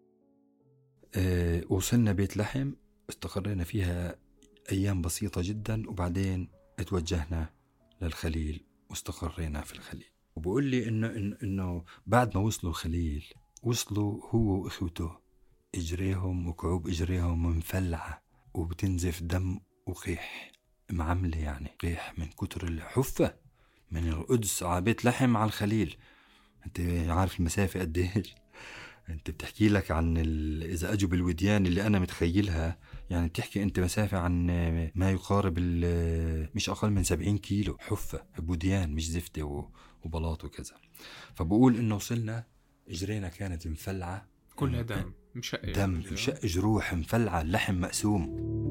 Speaker 2: أه وصلنا بيت لحم، استقرينا فيها أيام بسيطة جدا، وبعدين اتوجهنا للخليل واستقرينا في الخليل. وبقول لي إنه إنه إنه بعد ما وصلوا الخليل وصلوا هو وإخوته إجريهم وكعوب إجريهم مفلعة وبتنزف دم وقيح معملة، يعني قيح من كتر الحفة من القدس على بيت لحم على الخليل. أنت عارف المسافة قديش؟ أنت بتحكي لك عن إذا أجوا بالوديان اللي أنا متخيلها، يعني بتحكي أنت مسافة عن ما يقارب مش أقل من سبعين كيلو حفة بوديان مش زفتة وبلاط وكذا. فبقول إنه وصلنا إجرينا كانت مفلعة
Speaker 1: كلها دم مشق
Speaker 2: دم مشق جروح مفلعة اللحم مقسوم.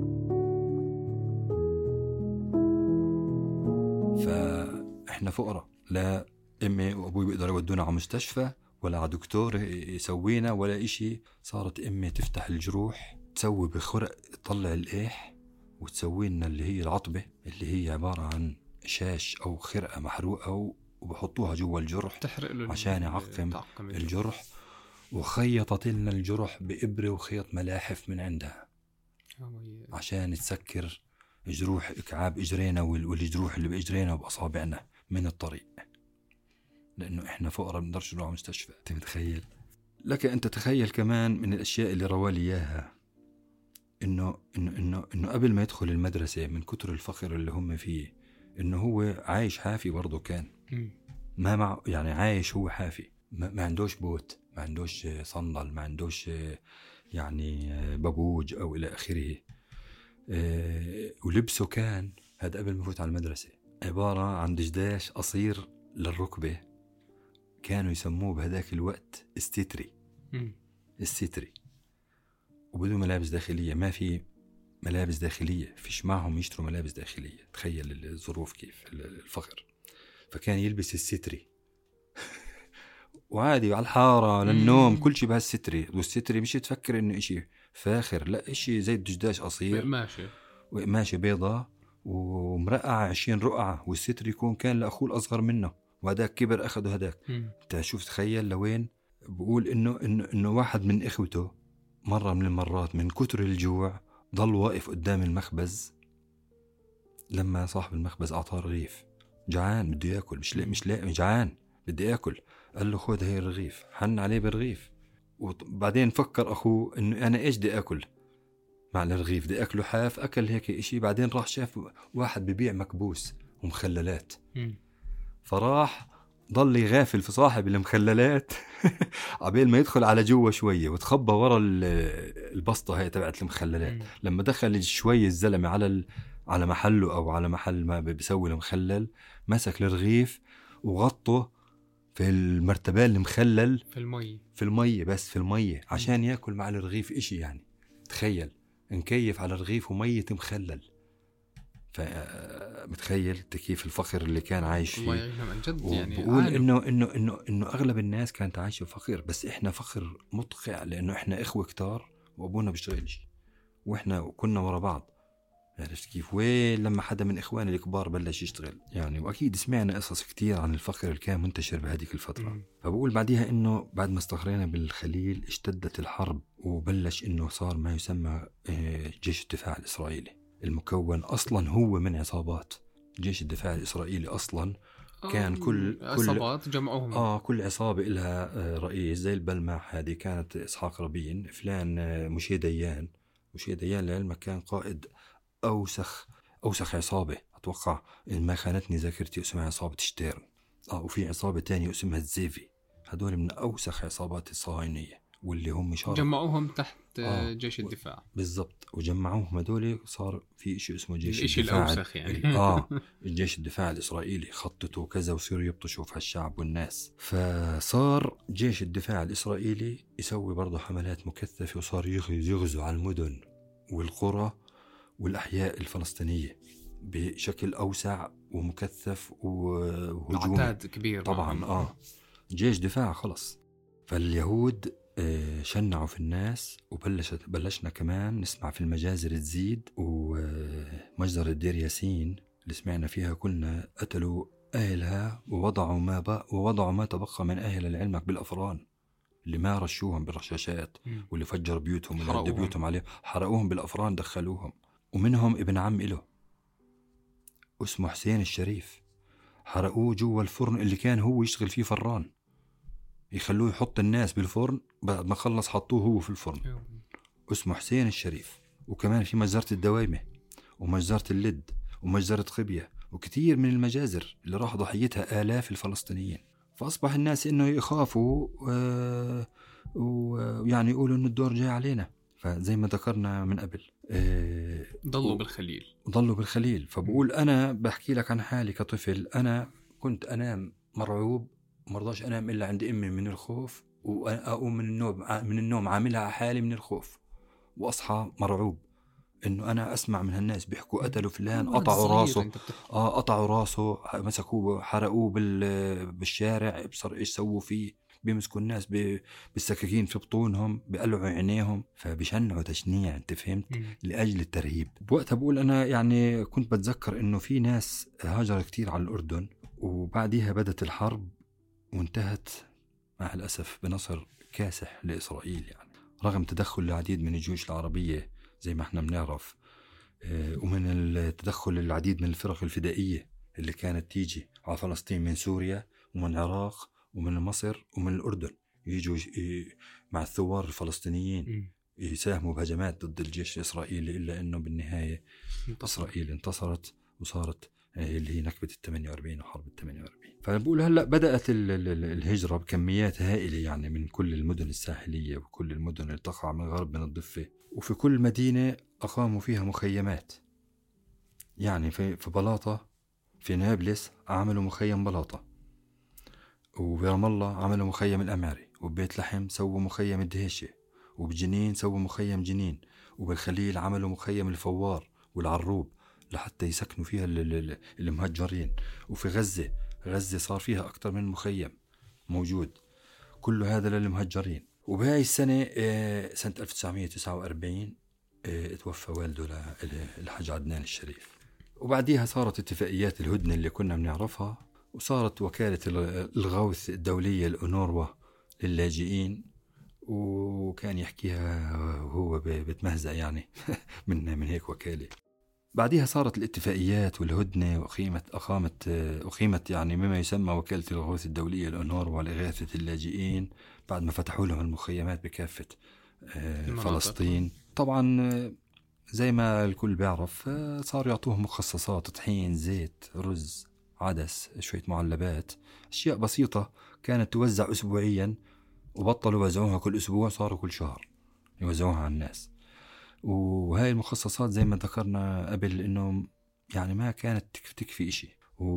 Speaker 2: فإحنا فقراء، لا أمي وأبوي بيقدروا يودونا على مستشفى ولا على دكتور يسوينا ولا إشي. صارت أمي تفتح الجروح تسوي بخرق تطلع الإيح وتسوي لنا اللي هي العطبة اللي هي عبارة عن شاش أو خرقة محروقة وبحطوها جوا الجرح
Speaker 1: تحرق له
Speaker 2: عشان يعقم الجرح. وخيطت لنا الجرح بإبرة وخيط ملاحف من عندها عشان تسكر جروح إكعاب إجرينا والجروح اللي بإجرينا وبأصابعنا من الطريق، لأنه إحنا فقراء بنقدرش نروح مستشفى. تتخيل لك أنت تخيل كمان من الأشياء اللي روالي إياها إنه إنه إنه إنه قبل ما يدخل المدرسة من كتر الفقر اللي هم فيه إنه هو عايش حافي برضو كان ما مع يعني عايش هو حافي، ما, ما عندوش بوت، ما عندوش صندل، ما عندوش يعني بابوج أو إلى آخره. أه ولبسه كان هذا قبل ما يفوت على المدرسة عبارة عن دشداش قصير للركبة، كانوا يسموه بهذاك الوقت استيتري استيتري وبدون ملابس داخلية، ما في ملابس داخلية، فيش معهم يشتروا ملابس داخلية. تخيل الظروف كيف الفقر. فكان يلبس الستري وعادي على الحارة للنوم كل شيء بهالستري. والستري مش تفكر انه اشي فاخر، لا اشي زي الدجداش قصير
Speaker 1: ماشي
Speaker 2: وماشي بيضة ومرقعة عشرين رقعة، والستري يكون كان لأخوه الأصغر منه وهداك كبر أخده هداك. انت شوف تخيل لوين. بقول انه انه انه واحد من اخوته مرة من المرات من كتر الجوع ضل واقف قدام المخبز لما صاحب المخبز أعطاه رغيف. جعان بده يأكل، مش لاقي مش لاقي جعان بدي يأكل. قال له خذ هاي الرغيف، حن عليه بالرغيف. وبعدين فكر أخوه إنه أنا إيش بدي أكل مع الرغيف، بدي أكله حاف. أكل هيك إشي. بعدين راح شاف واحد ببيع مكبوس ومخللات فراح ضل يغافل في صاحب المخللات عبيل ما يدخل على جوا شوية وتخبى ورا البسطة هاي تبعت المخللات. مم. لما دخل شوية الزلمة على على محله أو على محل ما بيسوي المخلل، مسك الرغيف وغطه في المرتبان المخلل
Speaker 1: في المية
Speaker 2: في المية بس في المية عشان يأكل مع الرغيف إشي. يعني تخيل نكيف على رغيف ومية مخلل. فمتخيل كيف الفقر اللي كان عايش فيه.
Speaker 1: الله يعينهم عن جد. يعني
Speaker 2: بقول إنه إنه إنه إنه أغلب الناس كانت عايشة فقر، بس إحنا فقر مدقع لأنه إحنا إخوة كتار وأبونا بيشتغلش وإحنا كنا ورا بعض. عرفت كيف؟ وين لما حدا من إخواني الكبار بلش يشتغل يعني. وأكيد سمعنا قصص كتير عن الفقر اللي كان منتشر بهذيك الفترة. م. فبقول بعديها إنه بعد ما استقرينا بالخليل اشتدت الحرب وبلش إنه صار ما يسمى جيش الدفاع الإسرائيلي، المكون أصلا هو من عصابات. جيش الدفاع الإسرائيلي أصلا كان كل
Speaker 1: عصابات كل جمعوهم
Speaker 2: آه كل عصابة إلها رئيس. زي البلمح هذه كانت إسحاق رابين، فلان مشي ديان. مشي ديان لعلمك كان قائد أوسخ أوسخ عصابة أتوقع إن ما خانتني ذاكرتي اسمها عصابة شتيرن. آه وفي عصابة تانية اسمها الزيفي. هدول من أوسخ عصابات الصهاينية واللي هم شاركوا.
Speaker 1: جمعوهم تحت آه جيش الدفاع
Speaker 2: بالضبط. وجمعوهم هدول صار في إشي اسمه جيش
Speaker 1: الإشي
Speaker 2: الدفاع
Speaker 1: الأوسخ يعني.
Speaker 2: آه الجيش الدفاع الإسرائيلي خطته كذا وصيروا يبطشوا في هالشعب والناس. فصار جيش الدفاع الإسرائيلي يسوي برضه حملات مكثفة وصار يغزو على المدن والقرى والأحياء الفلسطينية بشكل أوسع ومكثف وهجوم
Speaker 1: عتاد كبير
Speaker 2: طبعا. آه جيش دفاع خلص. فاليهود آه شنعوا في الناس وبلشت بلشنا كمان نسمع في المجازر تزيد. ومجزرة دير ياسين اللي سمعنا فيها كلنا قتلوا أهلها ووضعوا ما بقى ووضعوا ما تبقى من أهل لعلمك بالأفران اللي ما رشوهم بالرشاشات واللي فجر بيوتهم واللي هد بيوتهم عليه حرقوهم بالأفران دخلوهم. ومنهم ابن عم إله اسمه حسين الشريف حرقوه جوا الفرن اللي كان هو يشتغل فيه فران، يخلوه يحط الناس بالفرن بعد ما خلص حطوه هو في الفرن. اسمه حسين الشريف. وكمان في مجزرة الدوايمة ومجزرة اللد ومجزرة خبية وكثير من المجازر اللي راح ضحيتها آلاف الفلسطينيين. فأصبح الناس إنه يخافوا ويعني يقولوا إنه الدور جاي علينا. فزي ما ذكرنا من قبل آه
Speaker 1: ضلوا بالخليل
Speaker 2: ضلوا بالخليل. فبقول أنا بحكي لك عن حالي كطفل، أنا كنت أنام مرعوب، مرضاش أنام إلا عند أمي من الخوف، وأقوم من النوم من النوم عاملها على حالي من الخوف، وأصحى مرعوب إنه أنا أسمع من هالناس بيحكوا قتلوا فلان، قطعوا راسه، آه قطعوا راسه، مسكوه حرقوه بالشارع، ابصر إيش سووا فيه، بيمسكوا الناس بالسكاكين في بطونهم، بقلعوا عينيهم، فبيشنعوا تشنيع، أنت فهمت؟ م. لأجل الترهيب. بوقتها بقول أنا يعني كنت بتذكر إنه في ناس هاجر كتير على الأردن، وبعدها بدت الحرب وانتهت مع الأسف بنصر كاسح لإسرائيل، يعني رغم تدخل العديد من الجيوش العربية زي ما احنا بنعرف، ومن التدخل العديد من الفرق الفدائية اللي كانت تيجي على فلسطين من سوريا ومن العراق ومن مصر ومن الأردن، يجوا مع الثوار الفلسطينيين يساهموا بهجمات ضد الجيش الإسرائيلي، إلا أنه بالنهاية انتصر. إسرائيل انتصرت وصارت اللي هي نكبة الثمانية وأربعين وحرب الثمانية وأربعين. فبقول هلأ بدأت الهجرة بكميات هائلة، يعني من كل المدن الساحلية وكل المدن اللي تقع من غرب من الضفة، وفي كل مدينة أقاموا فيها مخيمات. يعني في في بلاطة في نابلس عملوا مخيم بلاطة، وبرام الله عملوا مخيم الأمعري، وببيت لحم سووا مخيم الدهيشة، وبجنين سووا مخيم جنين، وبالخليل عملوا مخيم الفوار والعروب لحتى يسكنوا فيها المهجرين، وفي غزة غزة صار فيها أكتر من مخيم موجود، كل هذا للمهجرين. وبهاي السنة سنة ألف وتسعمية وتسعة وأربعين اتوفى والده الحاج عدنان الشريف، وبعديها صارت اتفاقيات الهدنة اللي كنا بنعرفها، وصارت وكالة الغوث الدولية الأونروا للاجئين، وكان يحكيها وهو بتمهزأ يعني من من هيك وكالة. بعدها صارت الاتفاقيات والهدنة، وأقيمت أقامت أقيمت يعني مما يسمى وكالة الغوث الدولية الأونروا لإغاثة اللاجئين، بعد ما فتحوا لهم المخيمات بكافة فلسطين. طبعا زي ما الكل بيعرف صار يعطوهم مخصصات، طحين، زيت، رز، عدس، شوية معلبات، أشياء بسيطة كانت توزع أسبوعيا، وبطلوا يوزعوها كل أسبوع، صاروا كل شهر يوزعوها على الناس. وهاي المخصصات زي ما ذكرنا قبل إنه يعني ما كانت تكفي إشي.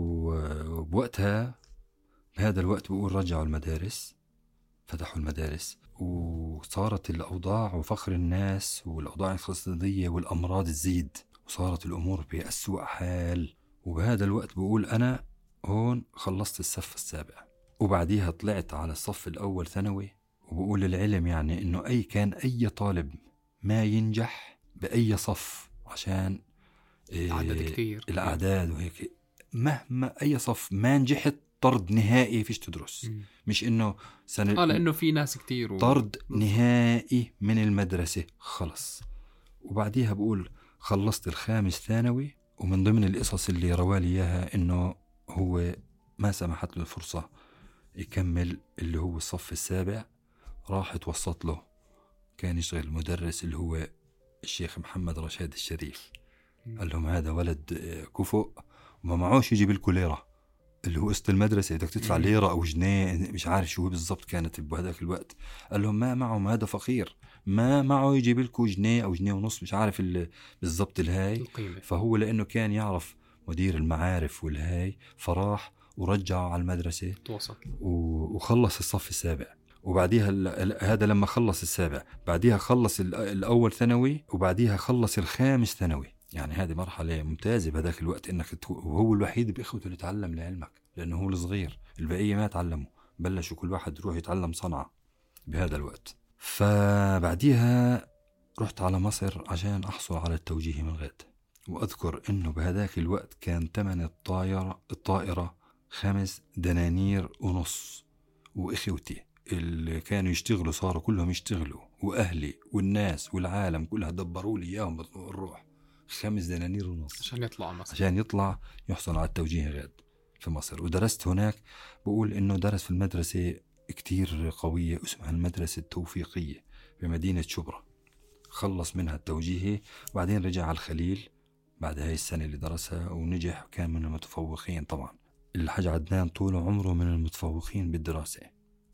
Speaker 2: وبوقتها بهذا الوقت بقول رجعوا المدارس، فتحوا المدارس، وصارت الأوضاع وفقر الناس والأوضاع الاقتصادية والأمراض تزيد، وصارت الأمور بأسوأ حال. وبهذا الوقت بقول أنا هون خلصت الصف السابع، وبعديها طلعت على الصف الأول ثانوي. وبقول للعلم يعني إنه أي كان أي طالب ما ينجح بأي صف، عشان
Speaker 1: العدد
Speaker 2: إيه
Speaker 1: كتير،
Speaker 2: الأعداد وهيك، مهما أي صف ما نجحت طرد نهائي، فيش تدرس. م. مش إنه
Speaker 1: سنة، آه لأنه في ناس كتير و...
Speaker 2: طرد نهائي من المدرسة خلص. وبعديها بقول خلصت الخامس ثانوي، ومن ضمن القصص اللي روالي إياها إنه هو ما سمحت له الفرصة يكمل اللي هو الصف السابع، راح توسط له، كان يشتغل المدرس اللي هو الشيخ محمد رشاد الشريف. م. قال لهم هذا ولد كفؤ وما معوش يجيب لكم ليرة، اللي هو قسط المدرسة بدك تدفع ليرة أو جنيه، مش عارف شو بالضبط كانت بهذاك الوقت. قال لهم ما معهم، هذا فقير، ما معه يجيب لكم جنيه أو جنيه ونص، مش عارف بالضبط الهاي القيمة. فهو لأنه كان يعرف مدير المعارف والهاي، فراح ورجعه على المدرسة وخلص الصف السابع. وبعديها هذا لما خلص السابع، بعديها خلص الأول ثانوي، وبعديها خلص الخامس ثانوي. يعني هذه مرحلة ممتازة بهذاك الوقت، إنك وهو الوحيد بإخوته اللي تعلم لعلمك، لأنه هو الصغير، البقية ما تعلموا، بلشوا كل واحد يروح يتعلم صنعة بهذا الوقت. فبعديها رحت على مصر عشان أحصل على التوجيه من غد. وأذكر إنه بهذاك الوقت كان ثمن الطائرة الطائرة خمس دنانير ونص، وإخوتي اللي كانوا يشتغلوا صاروا كلهم يشتغلوا، وأهلي والناس والعالم كلها دبروا لي إياهم بالروح، خمس دنانير ونص
Speaker 1: عشان يطلع مصر،
Speaker 2: عشان يطلع يحصل على التوجيه غد في مصر. ودرست هناك، بقول إنه درس في المدرسة كتير قوية اسمها المدرسة التوفيقية بمدينة شبرا، خلص منها التوجيهي، وبعدين رجع على الخليل بعد هاي السنة اللي درسها ونجح، كان من المتفوقين. طبعا الحاج عدنان طول عمره من المتفوقين بالدراسة،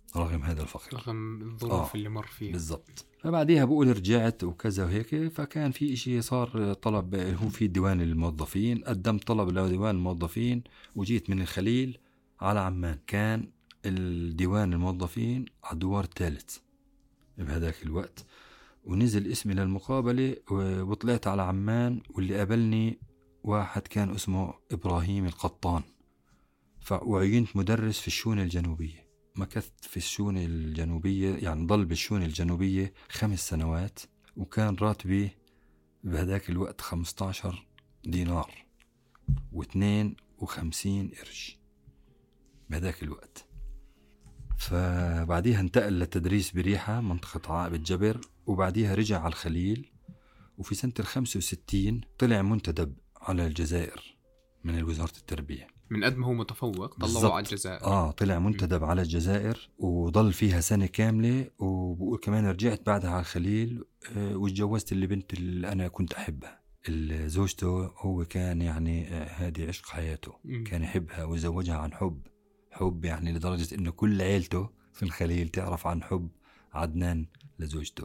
Speaker 2: رغم هذا الفقر،
Speaker 1: رغم الظروف
Speaker 2: آه
Speaker 1: اللي مر فيها.
Speaker 2: بالضبط. فبعديها بقول رجعت وكذا وهيك، فكان في إشي صار طلب، هو في ديوان الموظفين، قدمت طلب لديوان الموظفين وجيت من الخليل على عمان. كان الديوان الموظفين على الدوار الثالث بهذاك الوقت، ونزل اسمي للمقابلة وطلعت على عمان. واللي قابلني واحد كان اسمه إبراهيم القطان، فأعينت مدرس في الشؤون الجنوبية. مكثت في الشؤون الجنوبية، يعني ضل بالشؤون الجنوبية خمس سنوات، وكان راتبي بهذاك الوقت خمسة عشر دينار واثنين وخمسين قرش بهذاك الوقت. فبعديها انتقل للتدريس بريحة منطقة عائب الجبر، وبعديها رجع على الخليل. وفي سنة الخمسة وستين طلع منتدب على الجزائر من وزارة التربية.
Speaker 1: من قد ما هو متفوق طلعوا على الجزائر.
Speaker 2: آه طلع منتدب على الجزائر وضل فيها سنة كاملة. وبقول كمان رجعت بعدها على الخليل، آه واتجوزت اللي بنت اللي أنا كنت أحبها. زوجته هو كان يعني آه هذه عشق حياته. م. كان يحبها وزوجها عن حب، حب يعني لدرجة إنه كل عيلته في الخليل تعرف عن حب عدنان لزوجته.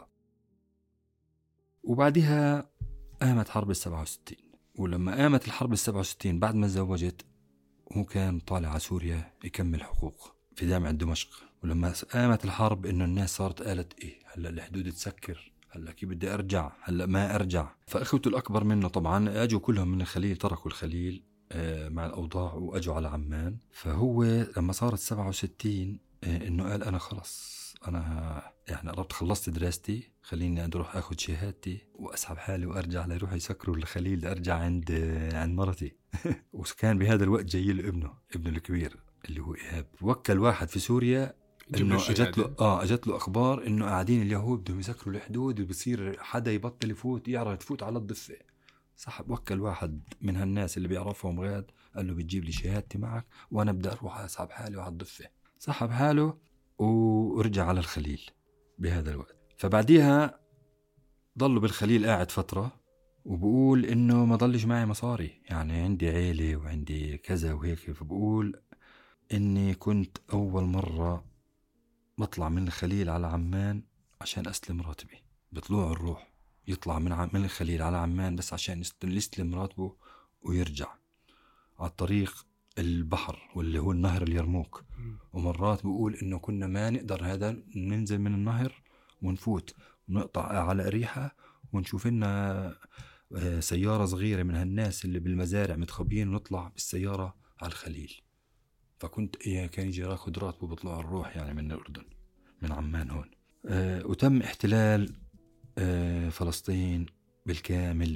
Speaker 2: وبعدها قامت حرب السبعة وستين. ولما قامت الحرب السبعة وستين بعد ما تزوجت، هو كان طالع على سوريا يكمل حقوق في جامعة دمشق. ولما قامت الحرب إنه الناس صارت قالت إيه هلأ الحدود تسكر، هلأ كيف بدي أرجع، هلأ ما أرجع. فأخوته الأكبر منه طبعا أجوا كلهم من الخليل، تركوا الخليل مع الأوضاع وأجوا على عمان. فهو لما صارت سبعة وستين إنه قال أنا خلص، أنا يعني قربت خلصت دراستي، خليني أروح أخذ شهادتي وأسحب حالي وأرجع ليروح يسكروا الخليل لأرجع عند عند مرتي. وكان بهذا الوقت جاي له ابنه ابنه الكبير اللي هو إيهاب. وكل واحد في سوريا إنه أجت له آه أجت له أخبار إنه قاعدين اليهود بدهم يسكروا الحدود، وبصير حدا يبطل يفوت يعرف تفوت على الضفة. صاحب وكل واحد من هالناس اللي بيعرفهم غاد، قال له بتجيب لي شهادتي معك وأنا بدي أروح أسحب حالي وعلى الضفة. سحب حاله ورجع على الخليل بهذا الوقت. فبعديها ضلوا بالخليل قاعد فترة، وبقول إنه ما ضلش معي مصاري، يعني عندي عيلة وعندي كذا وهيك. فبقول إني كنت أول مرة بطلع من الخليل على عمان عشان أسلم راتبي. بطلوع الروح يطلع من من الخليل على عمان بس عشان يستلم راتبه ويرجع على الطريق البحر واللي هو النهر اليرموك. ومرات بقول إنه كنا ما نقدر هذا ننزل من النهر ونفوت ونقطع على أريحة ونشوف لنا سيارة صغيرة من هالناس اللي بالمزارع متخبيين ونطلع بالسيارة على الخليل. فكنت إيه كان يجي راخد راتبه بطلع الروح يعني من الأردن من عمان هون. أه وتم احتلال أه فلسطين بالكامل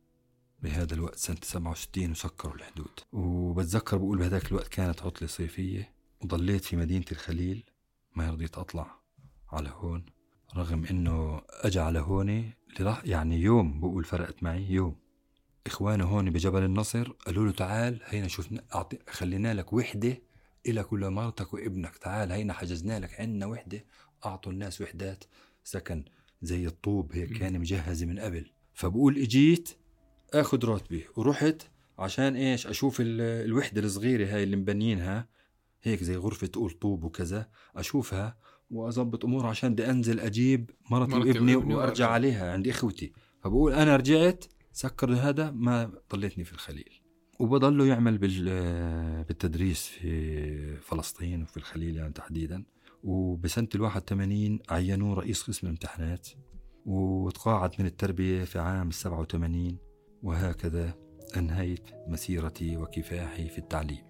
Speaker 2: بهذا الوقت سنة سبعة وستين وسكروا الحدود. وبتذكر بقول بهذاك الوقت كانت عطلة صيفية، وضليت في مدينة الخليل ما رضيت أطلع على هون، رغم إنه أجا على هون يعني يوم بقول فرقت معي يوم. إخوانه هون بجبل النصر قالوا له تعال هينا شوفنا أعطي خلينا لك وحدة إلى كل مرتك وابنك، تعال هينا حجزنا لك عنا وحدة. أعطوا الناس وحدات سكن زي الطوب هيك كان مجهز من قبل. فبقول إجيت أخذ راتبي ورحت عشان إيش أشوف الوحدة الصغيرة هاي اللي مبنينها هيك زي غرفة تقول طوب وكذا، أشوفها وأضبط أمور عشان بدي أنزل أجيب مرتي وابني وأرجع عليها عند إخوتي. فبقول أنا رجعت سكر هذا ما ضليتني في الخليل. وبضله يعمل بالتدريس في فلسطين وفي الخليل يعني تحديدا. وبسنة الواحد ثمانين عينوه رئيس قسم الامتحانات، وتقاعد من التربية في عام السبعة وثمانين. وهكذا أنهيت مسيرتي وكفاحي في التعليم.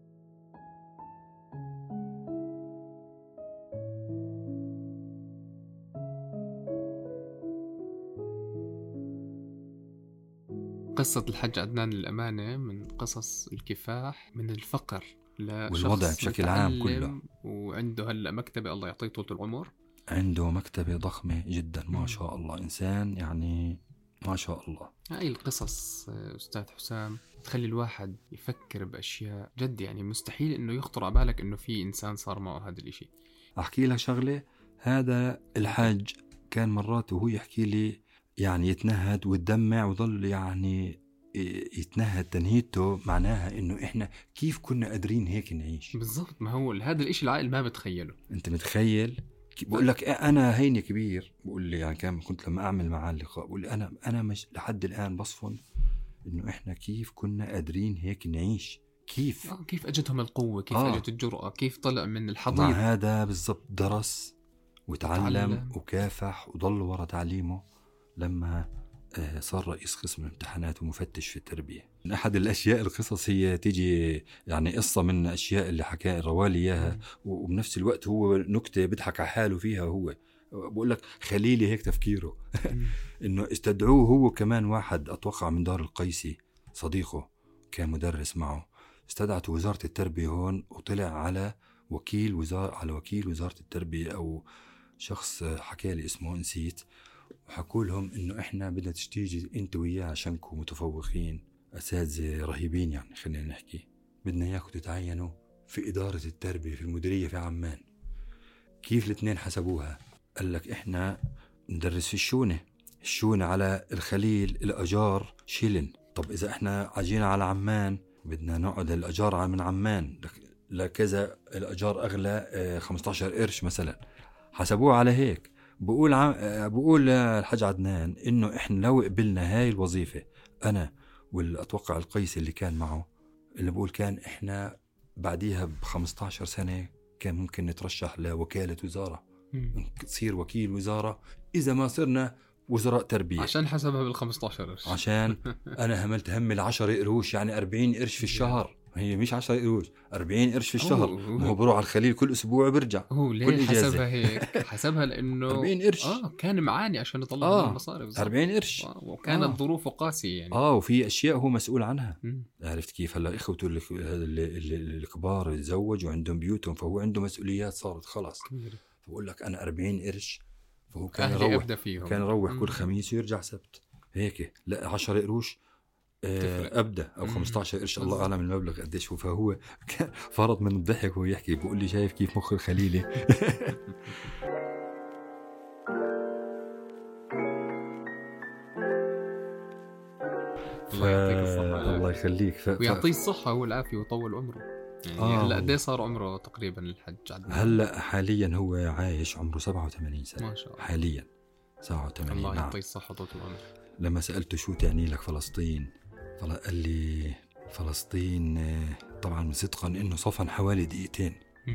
Speaker 1: قصة الحج عدنان للأمانة من قصص الكفاح من الفقر
Speaker 2: والوضع بشكل عام كله.
Speaker 1: وعنده هلأ مكتبة الله يعطيه طول العمر،
Speaker 2: عنده مكتبة ضخمة جدا ما شاء الله، إنسان يعني ما شاء الله.
Speaker 1: هاي القصص أستاذ حسام تخلي الواحد يفكر بأشياء جد يعني مستحيل إنه يخطر على بالك إنه في إنسان صار معه هذا الإشي.
Speaker 2: أحكي لك شغلة، هذا الحاج كان مرات وهو يحكي لي يعني يتنهد ويتدمع وظل يعني يتنهد تنهيته معناها إنه إحنا كيف كنا قادرين هيك نعيش.
Speaker 1: بالضبط. ما هو هذا الإشي العائل ما بتخيله.
Speaker 2: أنت متخيل؟ بقول لك أنا هيني كبير، بقول لي يعني كان كنت لما أعمل معاه اللقاء بقول لي أنا أنا مش لحد الآن بصفن إنه إحنا كيف كنا قادرين هيك نعيش. كيف
Speaker 1: آه كيف أجتهم القوة، كيف
Speaker 2: آه.
Speaker 1: أجت الجرأة، كيف طلع من الحضيض.
Speaker 2: مع هذا بالضبط درس وتعلم
Speaker 1: وتعلم.
Speaker 2: وكافح وضل ورا تعليمه لما صار رئيس قسم الامتحانات ومفتش في التربية. من أحد الأشياء القصص هي تيجي يعني قصة من أشياء اللي حكى روالي إياها، وبنفس الوقت هو نكتة بيضحك على حاله فيها. هو بقول لك خليلي هيك تفكيره إنه استدعوه هو كمان واحد أتوقع من دار القيسي صديقه كان مدرس معه، استدعته وزارة التربية هون وطلع على وكيل وزارة على وكيل وزارة التربية أو شخص حكى لي اسمه نسيت، وحكوا لهم إنه إحنا بدنا تيجي أنت وياه عشانكم متفوقين أساتذة رهيبين، يعني خلينا نحكي بدنا إياكم تتعينوا في إدارة التربية في المديرية في عمان. كيف الاثنين حسبوها؟ قال لك إحنا ندرس في الشونة الشونة على الخليل الأجار شيلن، طب إذا إحنا عجينا على عمان بدنا نقعد الأجار من عمان لكذا الأجار أغلى خمسة عشر قرش مثلا، حسبوها على هيك. بقول عم... بقول الحاج عدنان إنه إحنا لو قبلنا هاي الوظيفة أنا والأتوقع القيسي اللي كان معه، اللي بقول كان إحنا بعديها بخمسة عشر سنة كان ممكن نترشح لوكالة وزارة، تصير وكيل وزارة إذا ما صرنا وزراء تربية.
Speaker 1: عشان حسبها بالخمسة عشر قرش.
Speaker 2: عشان أنا هملت هم العشر قروش يعني أربعين قرش في الشهر، هي مش عشر قروش أربعين قرش في الشهر. هو بروح على الخليل كل أسبوع وبرجع.
Speaker 1: هو ليه حسبها هيك؟ حسبها لأنه
Speaker 2: أربعين قرش
Speaker 1: آه كان معاني عشان يطلع
Speaker 2: آه
Speaker 1: المصاري
Speaker 2: أربعين قرش
Speaker 1: آه وكانت
Speaker 2: آه.
Speaker 1: ظروفه قاسية يعني.
Speaker 2: آه وفي أشياء هو مسؤول عنها.
Speaker 1: م.
Speaker 2: عرفت كيف؟ هلا إخوته الكبار يتزوجوا وعندهم بيوتهم، فهو عنده مسؤوليات صارت خلاص. فبقول لك أنا أربعين قرش، فهو كان يروح كان يروح كل خميس ويرجع سبت هيك. لا عشر قروش أبدأ أو خمسة عشر قرش الله أعلم المبلغ قديش. فهو فرض من الضحك وهو يحكي بيقول لي شايف كيف مخ الخليلي. الله يخليك ف...
Speaker 1: ويعطيه الصحة والعافية ويطول عمره. يعني
Speaker 2: آه
Speaker 1: هلا قد ايه صار عمره تقريبا الحج عدنان؟
Speaker 2: هلا حاليا هو عايش عمره سبعة وثمانين سنة
Speaker 1: ما شاء الله.
Speaker 2: حاليا سبعة وثمانين.
Speaker 1: الله
Speaker 2: نعم.
Speaker 1: يعطيه الصحة وطول العمر.
Speaker 2: لما سألته شو تعني لك فلسطين قال لي فلسطين طبعا صدقا انه صفن حوالي دقيقتين.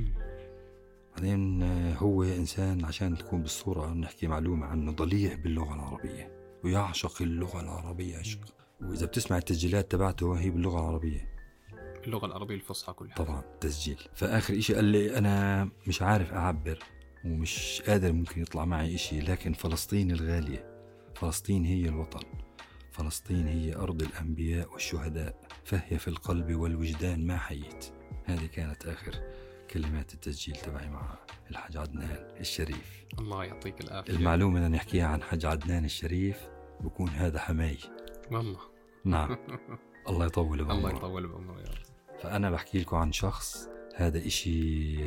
Speaker 2: بعدين هو انسان عشان تكون بالصورة نحكي معلومة عنه ضليع باللغة العربية ويعشق اللغة العربية عشق. واذا بتسمع التسجيلات تبعته هي باللغة العربية،
Speaker 1: اللغة العربية الفصحى كلها
Speaker 2: طبعا تسجيل. فآخر إشي قال لي أنا مش عارف أعبر ومش قادر ممكن يطلع معي إشي، لكن فلسطين الغالية، فلسطين هي الوطن، فلسطين هي أرض الأنبياء والشهداء، فهي في القلب والوجدان ما حييت. هذه كانت آخر كلمات التسجيل تبعي مع الحاج عدنان الشريف.
Speaker 1: الله يعطيك العافية.
Speaker 2: المعلومة اللي نحكيها عن حاج عدنان الشريف بكون هذا حماي
Speaker 1: والله.
Speaker 2: نعم. الله يطول بعمره.
Speaker 1: الله يطول بعمره يا رب.
Speaker 2: فأنا بحكي لكم عن شخص هذا إشي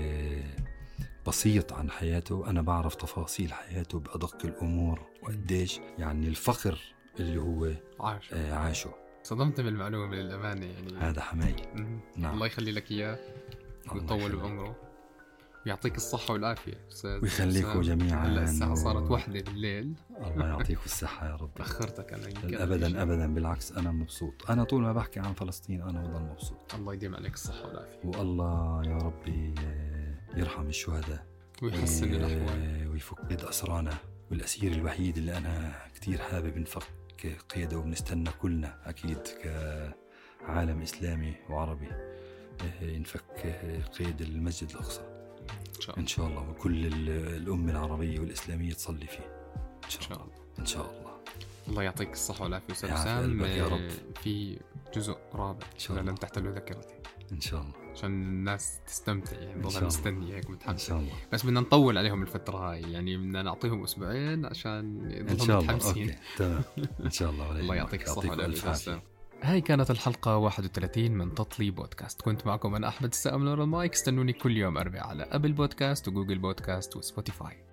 Speaker 2: بسيط عن حياته، أنا بعرف تفاصيل حياته بأدق الأمور وقديش يعني الفقر اللي هو
Speaker 1: عاش.
Speaker 2: آه عاشه.
Speaker 1: صدمت بالمعلومة للأمانة يعني.
Speaker 2: هذا حماي.
Speaker 1: نعم. الله يخلي لك إياه ويطول بعمره ويعطيك الصحة والعافية
Speaker 2: ويخليكم جميعا.
Speaker 1: هلا الساعة صارت واحدة بالليل.
Speaker 2: الله يعطيك الصحة يا رب.
Speaker 1: أخرتك أنا
Speaker 2: أبدا أبدا بالعكس أنا مبسوط. أنا طول ما بحكي عن فلسطين أنا بضل مبسوط.
Speaker 1: الله يديم عليك الصحة والعافية.
Speaker 2: والله يا ربي يرحم الشهداء
Speaker 1: ويحسن الأحوال
Speaker 2: ويفك أسرانا. والأسير الوحيد اللي أنا كتير حابب نفك قيده وبنستنى كلنا أكيد كعالم إسلامي وعربي ينفك قيد المسجد الأقصى إن شاء الله, إن شاء الله. وكل الأمة العربية والإسلامية تصلي فيه إن شاء, إن شاء الله. إن شاء الله.
Speaker 1: الله يعطيك الصحة والعافية أستاذ حسام.
Speaker 2: يا رب.
Speaker 1: في جزء رابع لن تحتل ذاكرتي
Speaker 2: إن شاء الله
Speaker 1: عشان الناس تستمتع يعني ضل مستني هيك متحمس
Speaker 2: إن شاء الله.
Speaker 1: بس بدنا نطول عليهم الفترة هاي يعني بدنا نعطيهم أسبوعين عشان يضلوا متحمسين.
Speaker 2: تمام إن شاء الله.
Speaker 1: الله يعطيك الصحة والعافية. هاي كانت الحلقة واحد وثلاثين من تطلي بودكاست. كنت معكم أنا أحمد السقا من ورا المايك. استنوني كل يوم أربعاء على أبل بودكاست وجوجل بودكاست وسبوتيفاي.